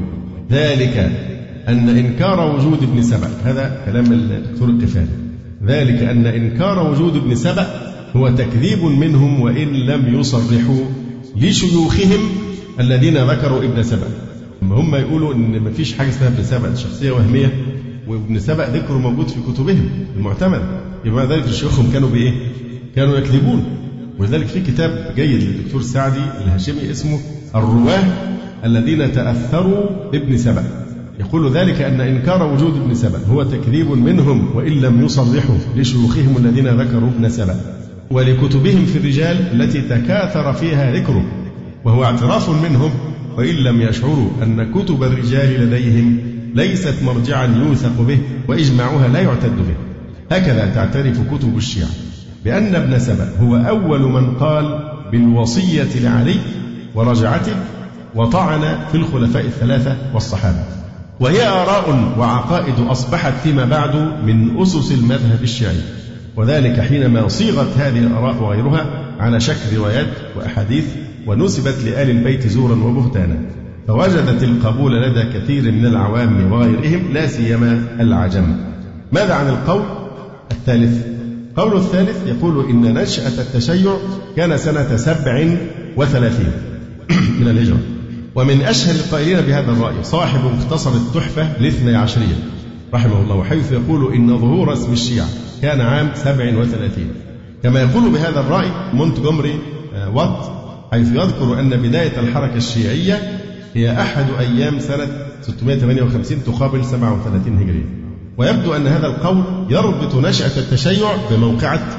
ذلك أن إنكار وجود ابن سبأ، هذا كلام الدكتور القفالي، ذلك أن إنكار وجود ابن سبأ هو تكذيب منهم وإن لم يصرحوا لشيوخهم الذين ذكروا ابن سبأ. هم يقولوا إن ما فيش حاجة اسمها ابن سبأ، شخصية وهمية، وابن سبأ ذكره موجود في كتبهم المعتمدة، يبقى ذلك شيوخهم كانوا بإيه؟ كانوا يكذبون. ولذلك في كتاب جيد للدكتور سعدي الهاشمي اسمه الرواه الذين تأثروا بابن سبأ، يقول ذلك أن إنكار وجود ابن سبأ هو تكذيب منهم وإن لم يصرحوا لشيوخهم الذين ذكروا ابن سبأ ولكتبهم في الرجال التي تكاثر فيها ذكره، وهو اعتراف منهم وإن لم يشعروا أن كتب الرجال لديهم ليست مرجعا يوثق به وإجماعها لا يعتد به. هكذا تعترف كتب الشيعة بأن ابن سبأ هو أول من قال بالوصية لعلي ورجعته وطعن في الخلفاء الثلاثة والصحابة، وهي آراء وعقائد أصبحت فيما بعد من أسس المذهب الشيعي، وذلك حينما صيغت هذه الآراء وغيرها على شكل روايات وأحاديث ونسبت لآل البيت زورا وبهتانا، فوجدت القبول لدى كثير من العوام وغيرهم لا سيما العجم. ماذا عن القول الثالث؟ قول الثالث يقول إن نشأة التشيع كان سنة سبع وثلاثين من الهجرة، ومن أشهر القائلين بهذا الرأي صاحب مختصر التحفة الاثني عشرية رحمه الله، حيث يقول إن ظهور اسم الشيعة كان عام سبع وثلاثين، كما يقول بهذا الرأي مونتجومري وات، حيث يذكر أن بداية الحركة الشيعية هي أحد أيام سنة ستمائة وثمانية وخمسين تقابل سبعة وثلاثين هجرية. ويبدو أن هذا القول يربط نشأة التشيع بموقعة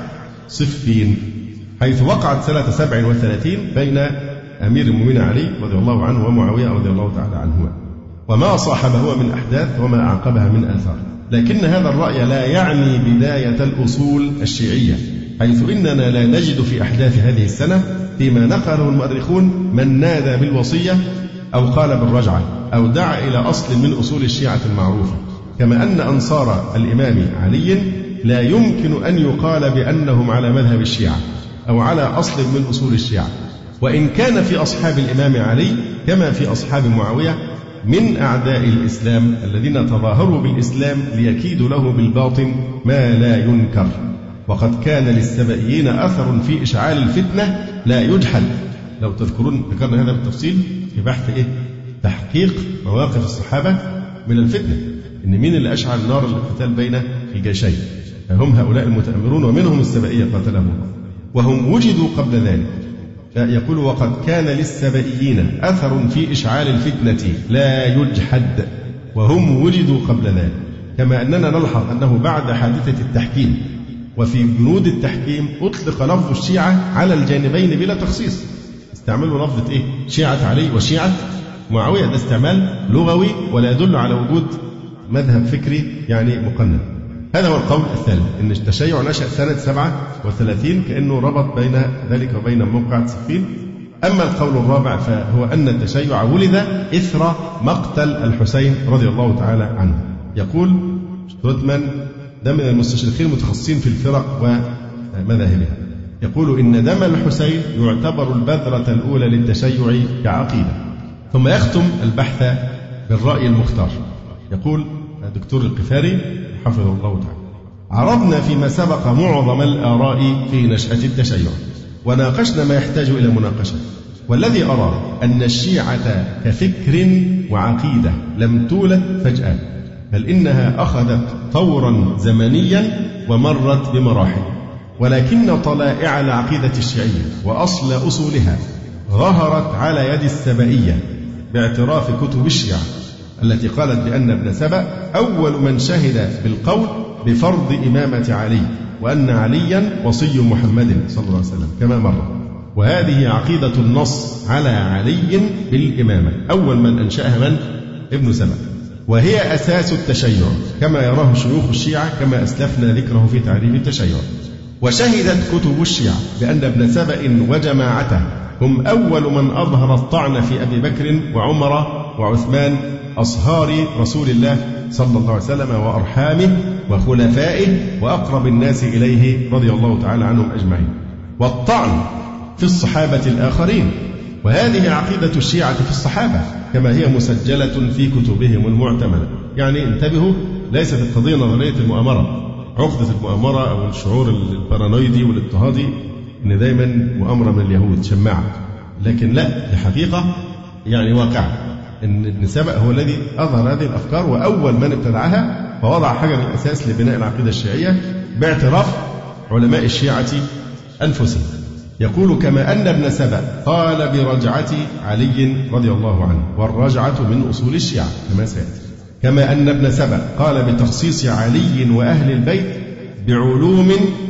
صفين، حيث وقعت سنة سبع وثلاثين بين أمير المؤمنين علي رضي الله عنه ومعاوية رضي الله تعالى عنهما، وما صاحبه من أحداث وما أعقبها من آثار. لكن هذا الرأي لا يعني بداية الأصول الشيعية، حيث إننا لا نجد في أحداث هذه السنة فيما نقله المؤرخون من نادى بالوصية أو قال بالرجعة أو دعا إلى أصل من أصول الشيعة المعروفة، كما أن أنصار الإمام علي لا يمكن أن يقال بأنهم على مذهب الشيعة أو على أصل من أصول الشيعة، وإن كان في أصحاب الإمام علي كما في أصحاب معاوية من أعداء الإسلام الذين تظاهروا بالإسلام ليكيدوا له بالباطن ما لا ينكر. وقد كان للسبئيين أثر في إشعال الفتنة لا يجحد. لو تذكرون ذكرنا هذا بالتفصيل في بحث إيه؟ تحقيق مواقف الصحابة من الفتنة، إن مين اللي أشعل نار القتال بين الجيشين؟ هم هؤلاء المتأمرون ومنهم السبئية قاتلهم الله، وهم وجدوا قبل ذلك. يقول وقد كان للسبئيين أثر في إشعال الفتنة لا يجحد وهم وجدوا قبل ذلك، كما أننا نلحظ أنه بعد حادثة التحكيم وفي بنود التحكيم أطلق لفظ الشيعة على الجانبين بلا تخصيص. استعملوا لفظة إيه؟ شيعة علي وشيعة معاوية، ده استعمال لغوي ولا يدل على وجود مذهب فكري يعني مقنن. هذا هو القول الثالث، أن التشيع نشأ سنة سبعة وثلاثين، كأنه ربط بين ذلك وبين موقعة صفين. أما القول الرابع فهو أن التشيع ولد إثر مقتل الحسين رضي الله تعالى عنه. يقول شتروتمان، ده من المستشرقين المتخصصين في الفرق ومذاهبها، يقول إن دم الحسين يعتبر البذرة الأولى للتشيع كعقيدة. ثم يختم البحث بالرأي المختار. يقول الدكتور القفاري حفظه الله تعالى: عرضنا فيما سبق معظم الآراء في نشأة التشيع وناقشنا ما يحتاج إلى مناقشة، والذي أرى أن الشيعة كفكر وعقيدة لم تولد فجأة، بل إنها أخذت طورا زمنيا ومرت بمراحل، ولكن طلائع العقيدة الشيعية وأصل أصولها ظهرت على يد السبئية باعتراف كتب الشيعة التي قالت بأن ابن سبأ أول من شهد بالقول بفرض إمامة علي، وأن عليا وصي محمد صلى الله عليه وسلم كما مر. وهذه عقيدة النص على علي بالإمامة، أول من أنشأها من؟ ابن سبأ، وهي أساس التشيع كما يراه شيوخ الشيعة كما أسلفنا ذكره في تعريف التشيع. وشهدت كتب الشيعة بأن ابن سبأ وجماعته هم أول من أظهر الطعن في أبي بكر وعمر وعثمان أصهار رسول الله صلى الله عليه وسلم وأرحامه وخلفائه وأقرب الناس إليه رضي الله تعالى عنهم أجمعين، والطعن في الصحابة الآخرين. وهذه عقيدة الشيعة في الصحابة كما هي مسجلة في كتبهم المعتمدة. يعني انتبهوا، ليست القضية نظرية المؤامرة، عقدة المؤامرة أو الشعور البارانويدي والاضطهادي إن دايما مؤامرة من اليهود شماعة، لكن لا، دي حقيقة يعني واقعة، إن ابن سبأ هو الذي أظهر هذه الأفكار وأول من ابتدعها، فوضع حجر الأساس لبناء العقيدة الشيعية باعتراف علماء الشيعة أنفسهم. يقول كما أن ابن سبأ قال برجعة علي رضي الله عنه، والرجعة من أصول الشيعة كما سيأتي، كما أن ابن سبأ قال بتخصيص علي وأهل البيت بعلوم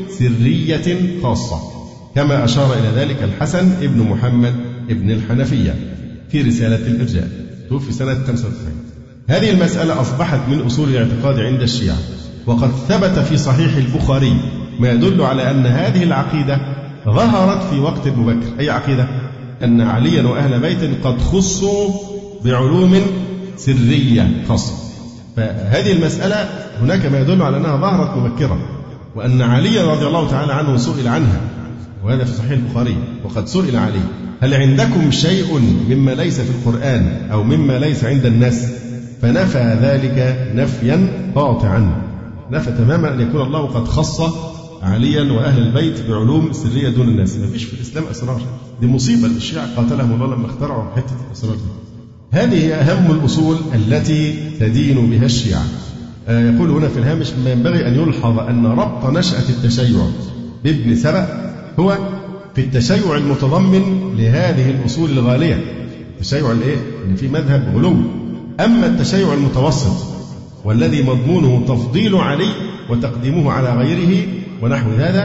سرية خاصة، كما أشار إلى ذلك الحسن ابن محمد ابن الحنفية في رسالة الإرجاء، توفي سنة خمسة وتسعين. هذه المسألة أصبحت من أصول الاعتقاد عند الشيعة، وقد ثبت في صحيح البخاري ما يدل على أن هذه العقيدة ظهرت في وقت أبو بكر. أي عقيدة؟ أن عليا وأهل بيت قد خصوا بعلوم سرية خاصة. فهذه المسألة هناك ما يدل على أنها ظهرت مبكرا، وأن عليا رضي الله تعالى عنه سئل عنها، وهذا في صحيح البخاري. وقد سئل علي: هل عندكم شيء مما ليس في القرآن أو مما ليس عند الناس؟ فنفى ذلك نفيا قاطعا، نفى تماما أن يكون الله قد خص عليا وأهل البيت بعلوم سرية دون الناس. ما فيش في الإسلام أسرار، دي مصيبة للشيعة قاتلهم الله لما اخترعوا حتة الأسرار دي. هذه أهم الأصول التي تدين بها الشيعة. آه يقول هنا في الهامش: ما ينبغي أن يلحظ أن ربط نشأة التشيع بابن سبأ هو في التشيع المتضمن لهذه الأصول الغالية. التشيع الإيه؟ إن في مذهب غلو. أما التشيع المتوسط والذي مضمونه تفضيل علي وتقديمه على غيره ونحو هذا،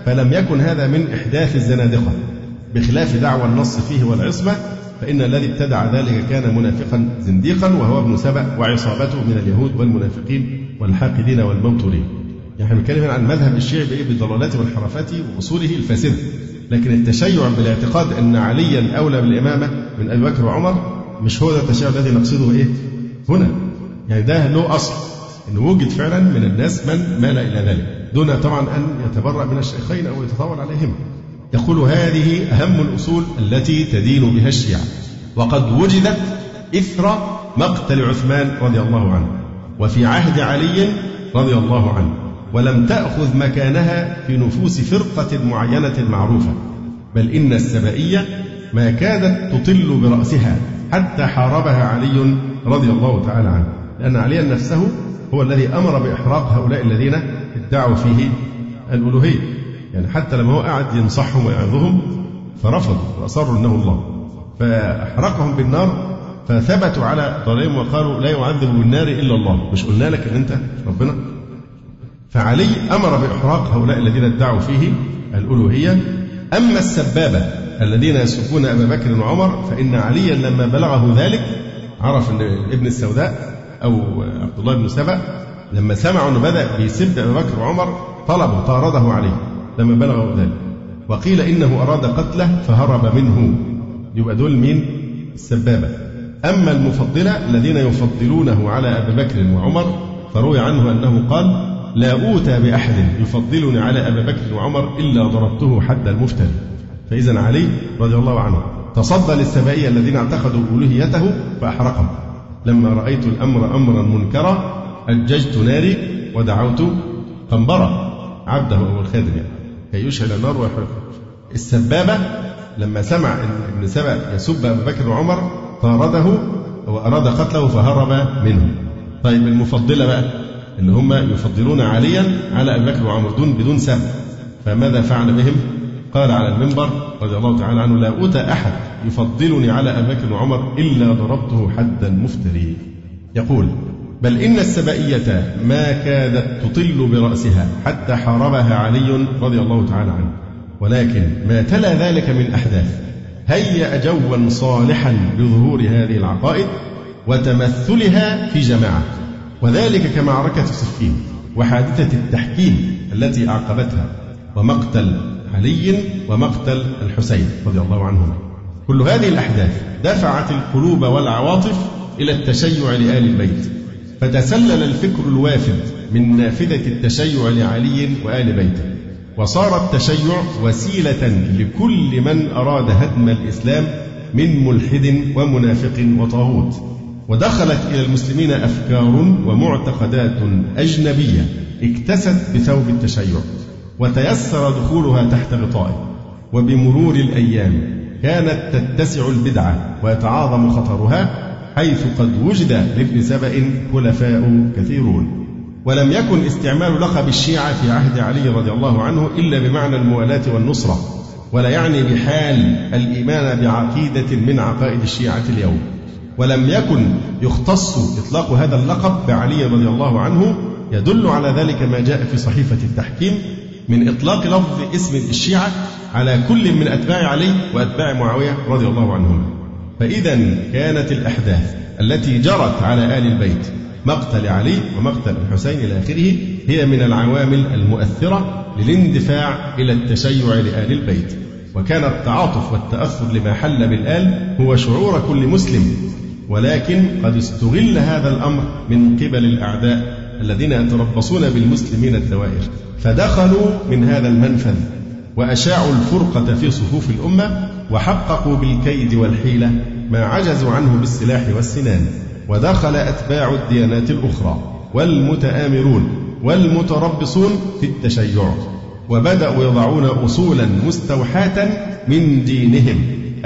فلم يكن هذا من إحداث الزنادقة، بخلاف دعوى النص فيه والعصمة، فإن الذي ابتدع ذلك كان منافقا زنديقا وهو ابن سبأ وعصابته من اليهود والمنافقين والحاقدين والممطورين. يعني احنا بنتكلم عن مذهب الشيعي بضلالاته والحرفاته وأصوله الفاسدة، لكن التشيع بالاعتقاد أن عليا أولى بالإمامة من أبي بكر وعمر مش هو ده التشيع الذي نقصده إيه هنا. يعني ده له أصل، إنه وجد فعلا من الناس من مال إلى ذلك، دون طبعا أن يتبرأ من الشيخين أو يتطاول عليهما. يقول هذه أهم الأصول التي تدين بها الشيعة، وقد وجدت إثر مقتل عثمان رضي الله عنه وفي عهد علي رضي الله عنه، ولم تأخذ مكانها في نفوس فرقة معينة معروفة، بل إن السبائية ما كادت تطل برأسها حتى حاربها علي رضي الله تعالى عنه، لأن عليا نفسه هو الذي أمر بإحراق هؤلاء الذين ادعوا فيه الألوهية. يعني حتى لما هو قاعد ينصحهم ويعظهم فرفضوا وأصروا أنه الله، فأحرقهم بالنار، فثبتوا على ضلالهم وقالوا لا يعذب بالنار إلا الله، مش قلنا لك أن أنت ربنا؟ فعلي أمر بإحراق هؤلاء الذين ادعوا فيه الألوهية. أما السبابة الذين يسبون أبا بكر وعمر فإن عليا لما بلغه ذلك عرف أن ابن السوداء أو عبد الله بن سبأ لما سمعوا أنه بدأ بيسب أبا بكر وعمر طلبوا طارده عليه لما بلغوا ذلك، وقيل إنه أراد قتله فهرب منه. يبقى دول مين؟ السبابة. أما المفضلة الذين يفضلونه على أبي بكر وعمر فروي عنه أنه قال لا أوتى بأحد يفضلني على أبي بكر وعمر إلا ضربته حد المفتري. فإذا علي رضي الله عنه تصدى للسبائية الذين اعتقدوا ألوهيته فأحرقهم. لما رأيت الأمر أمرا منكرا أججت ناري ودعوت قنبرة عبده أو الخادم يعني كي يشعل النار ويحرقه. السبابة لما سمع أن ابن سبأ يسب أبا بكر وعمر طارده وأراد قتله فهرب منه. طيب المفضلة بقى إن هم يفضلون عليا على أبي بكر وعمر دون بدون سبب، فماذا فعل بهم؟ قال على المنبر رضي الله تعالى عنه لا أوتى أحد يفضلني على أبي بكر وعمر إلا ضربته حد المفتري. يقول بل إن السبائية ما كادت تطل برأسها حتى حاربها علي رضي الله تعالى عنه، ولكن ما تلا ذلك من أحداث هيأ جوا صالحا لظهور هذه العقائد وتمثلها في جماعة، وذلك كمعركة صفين وحادثة التحكيم التي أعقبتها ومقتل علي ومقتل الحسين رضي الله عنهما. كل هذه الأحداث دفعت القلوب والعواطف إلى التشيع لآل البيت، فتسلل الفكر الوافد من نافذة التشيع لعلي وآل بيته، وصار التشيع وسيلة لكل من أراد هدم الإسلام من ملحد ومنافق وطاغوت. ودخلت إلى المسلمين أفكار ومعتقدات أجنبية اكتست بثوب التشيع، وتيسر دخولها تحت غطائه. وبمرور الأيام كانت تتسع البدعة ويتعاظم خطرها، حيث قد وجد لابن سبأ خلفاء كثيرون. ولم يكن استعمال لقب الشيعة في عهد علي رضي الله عنه إلا بمعنى الموالاة والنصرة، ولا يعني بحال الإيمان بعقيدة من عقائد الشيعة اليوم. ولم يكن يختص إطلاق هذا اللقب بعلي رضي الله عنه، يدل على ذلك ما جاء في صحيفة التحكيم من إطلاق لفظ اسم الشيعة على كل من أتباع علي وأتباع معاوية رضي الله عنهم. فإذا كانت الأحداث التي جرت على آل البيت مقتل علي ومقتل الحسين إلى آخره هي من العوامل المؤثرة للاندفاع إلى التشيع لآل البيت. وكان التعاطف والتأثر لما حل بالآل هو شعور كل مسلم، ولكن قد استغل هذا الأمر من قبل الأعداء الذين يتربصون بالمسلمين الدوائر، فدخلوا من هذا المنفذ وأشاعوا الفرقة في صفوف الأمة، وحققوا بالكيد والحيلة ما عجزوا عنه بالسلاح والسنان. ودخل أتباع الديانات الأخرى والمتآمرون والمتربصون في التشيع، وبدأوا يضعون أصولا مستوحاة من دينهم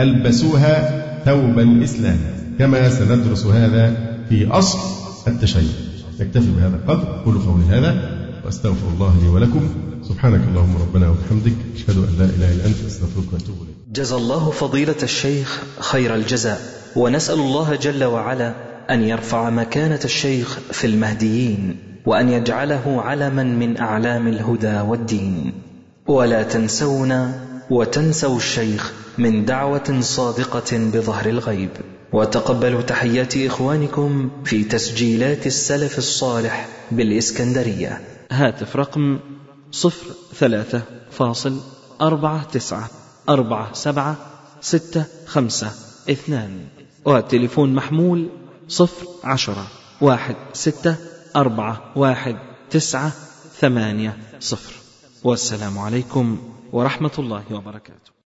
ألبسوها ثوب الإسلام، كما سندرس هذا في أصل التشيع. نكتفي بهذا القدر. قولوا قولي هذا وأستغفر الله لي ولكم. سبحانك اللهم ربنا وبحمدك، أشهد أن لا إله إلا أنت، أستغفرك وأتوب إليك. جزا الله فضيلة الشيخ خير الجزاء، ونسأل الله جل وعلا أن يرفع مكانة الشيخ في المهديين، وأن يجعله علما من أعلام الهدى والدين. ولا تنسونا وتنسوا الشيخ من دعوة صادقة بظهر الغيب. وتقبلوا تحيات إخوانكم في تسجيلات السلف الصالح بالإسكندرية. هاتف رقم صفر ثلاثة فاصل أربعة تسعة أربعة سبعة ستة خمسة اثنان، والتليفون محمول صفر عشرة واحد ستة أربعة واحد تسعة ثمانية صفر. والسلام عليكم ورحمة الله وبركاته.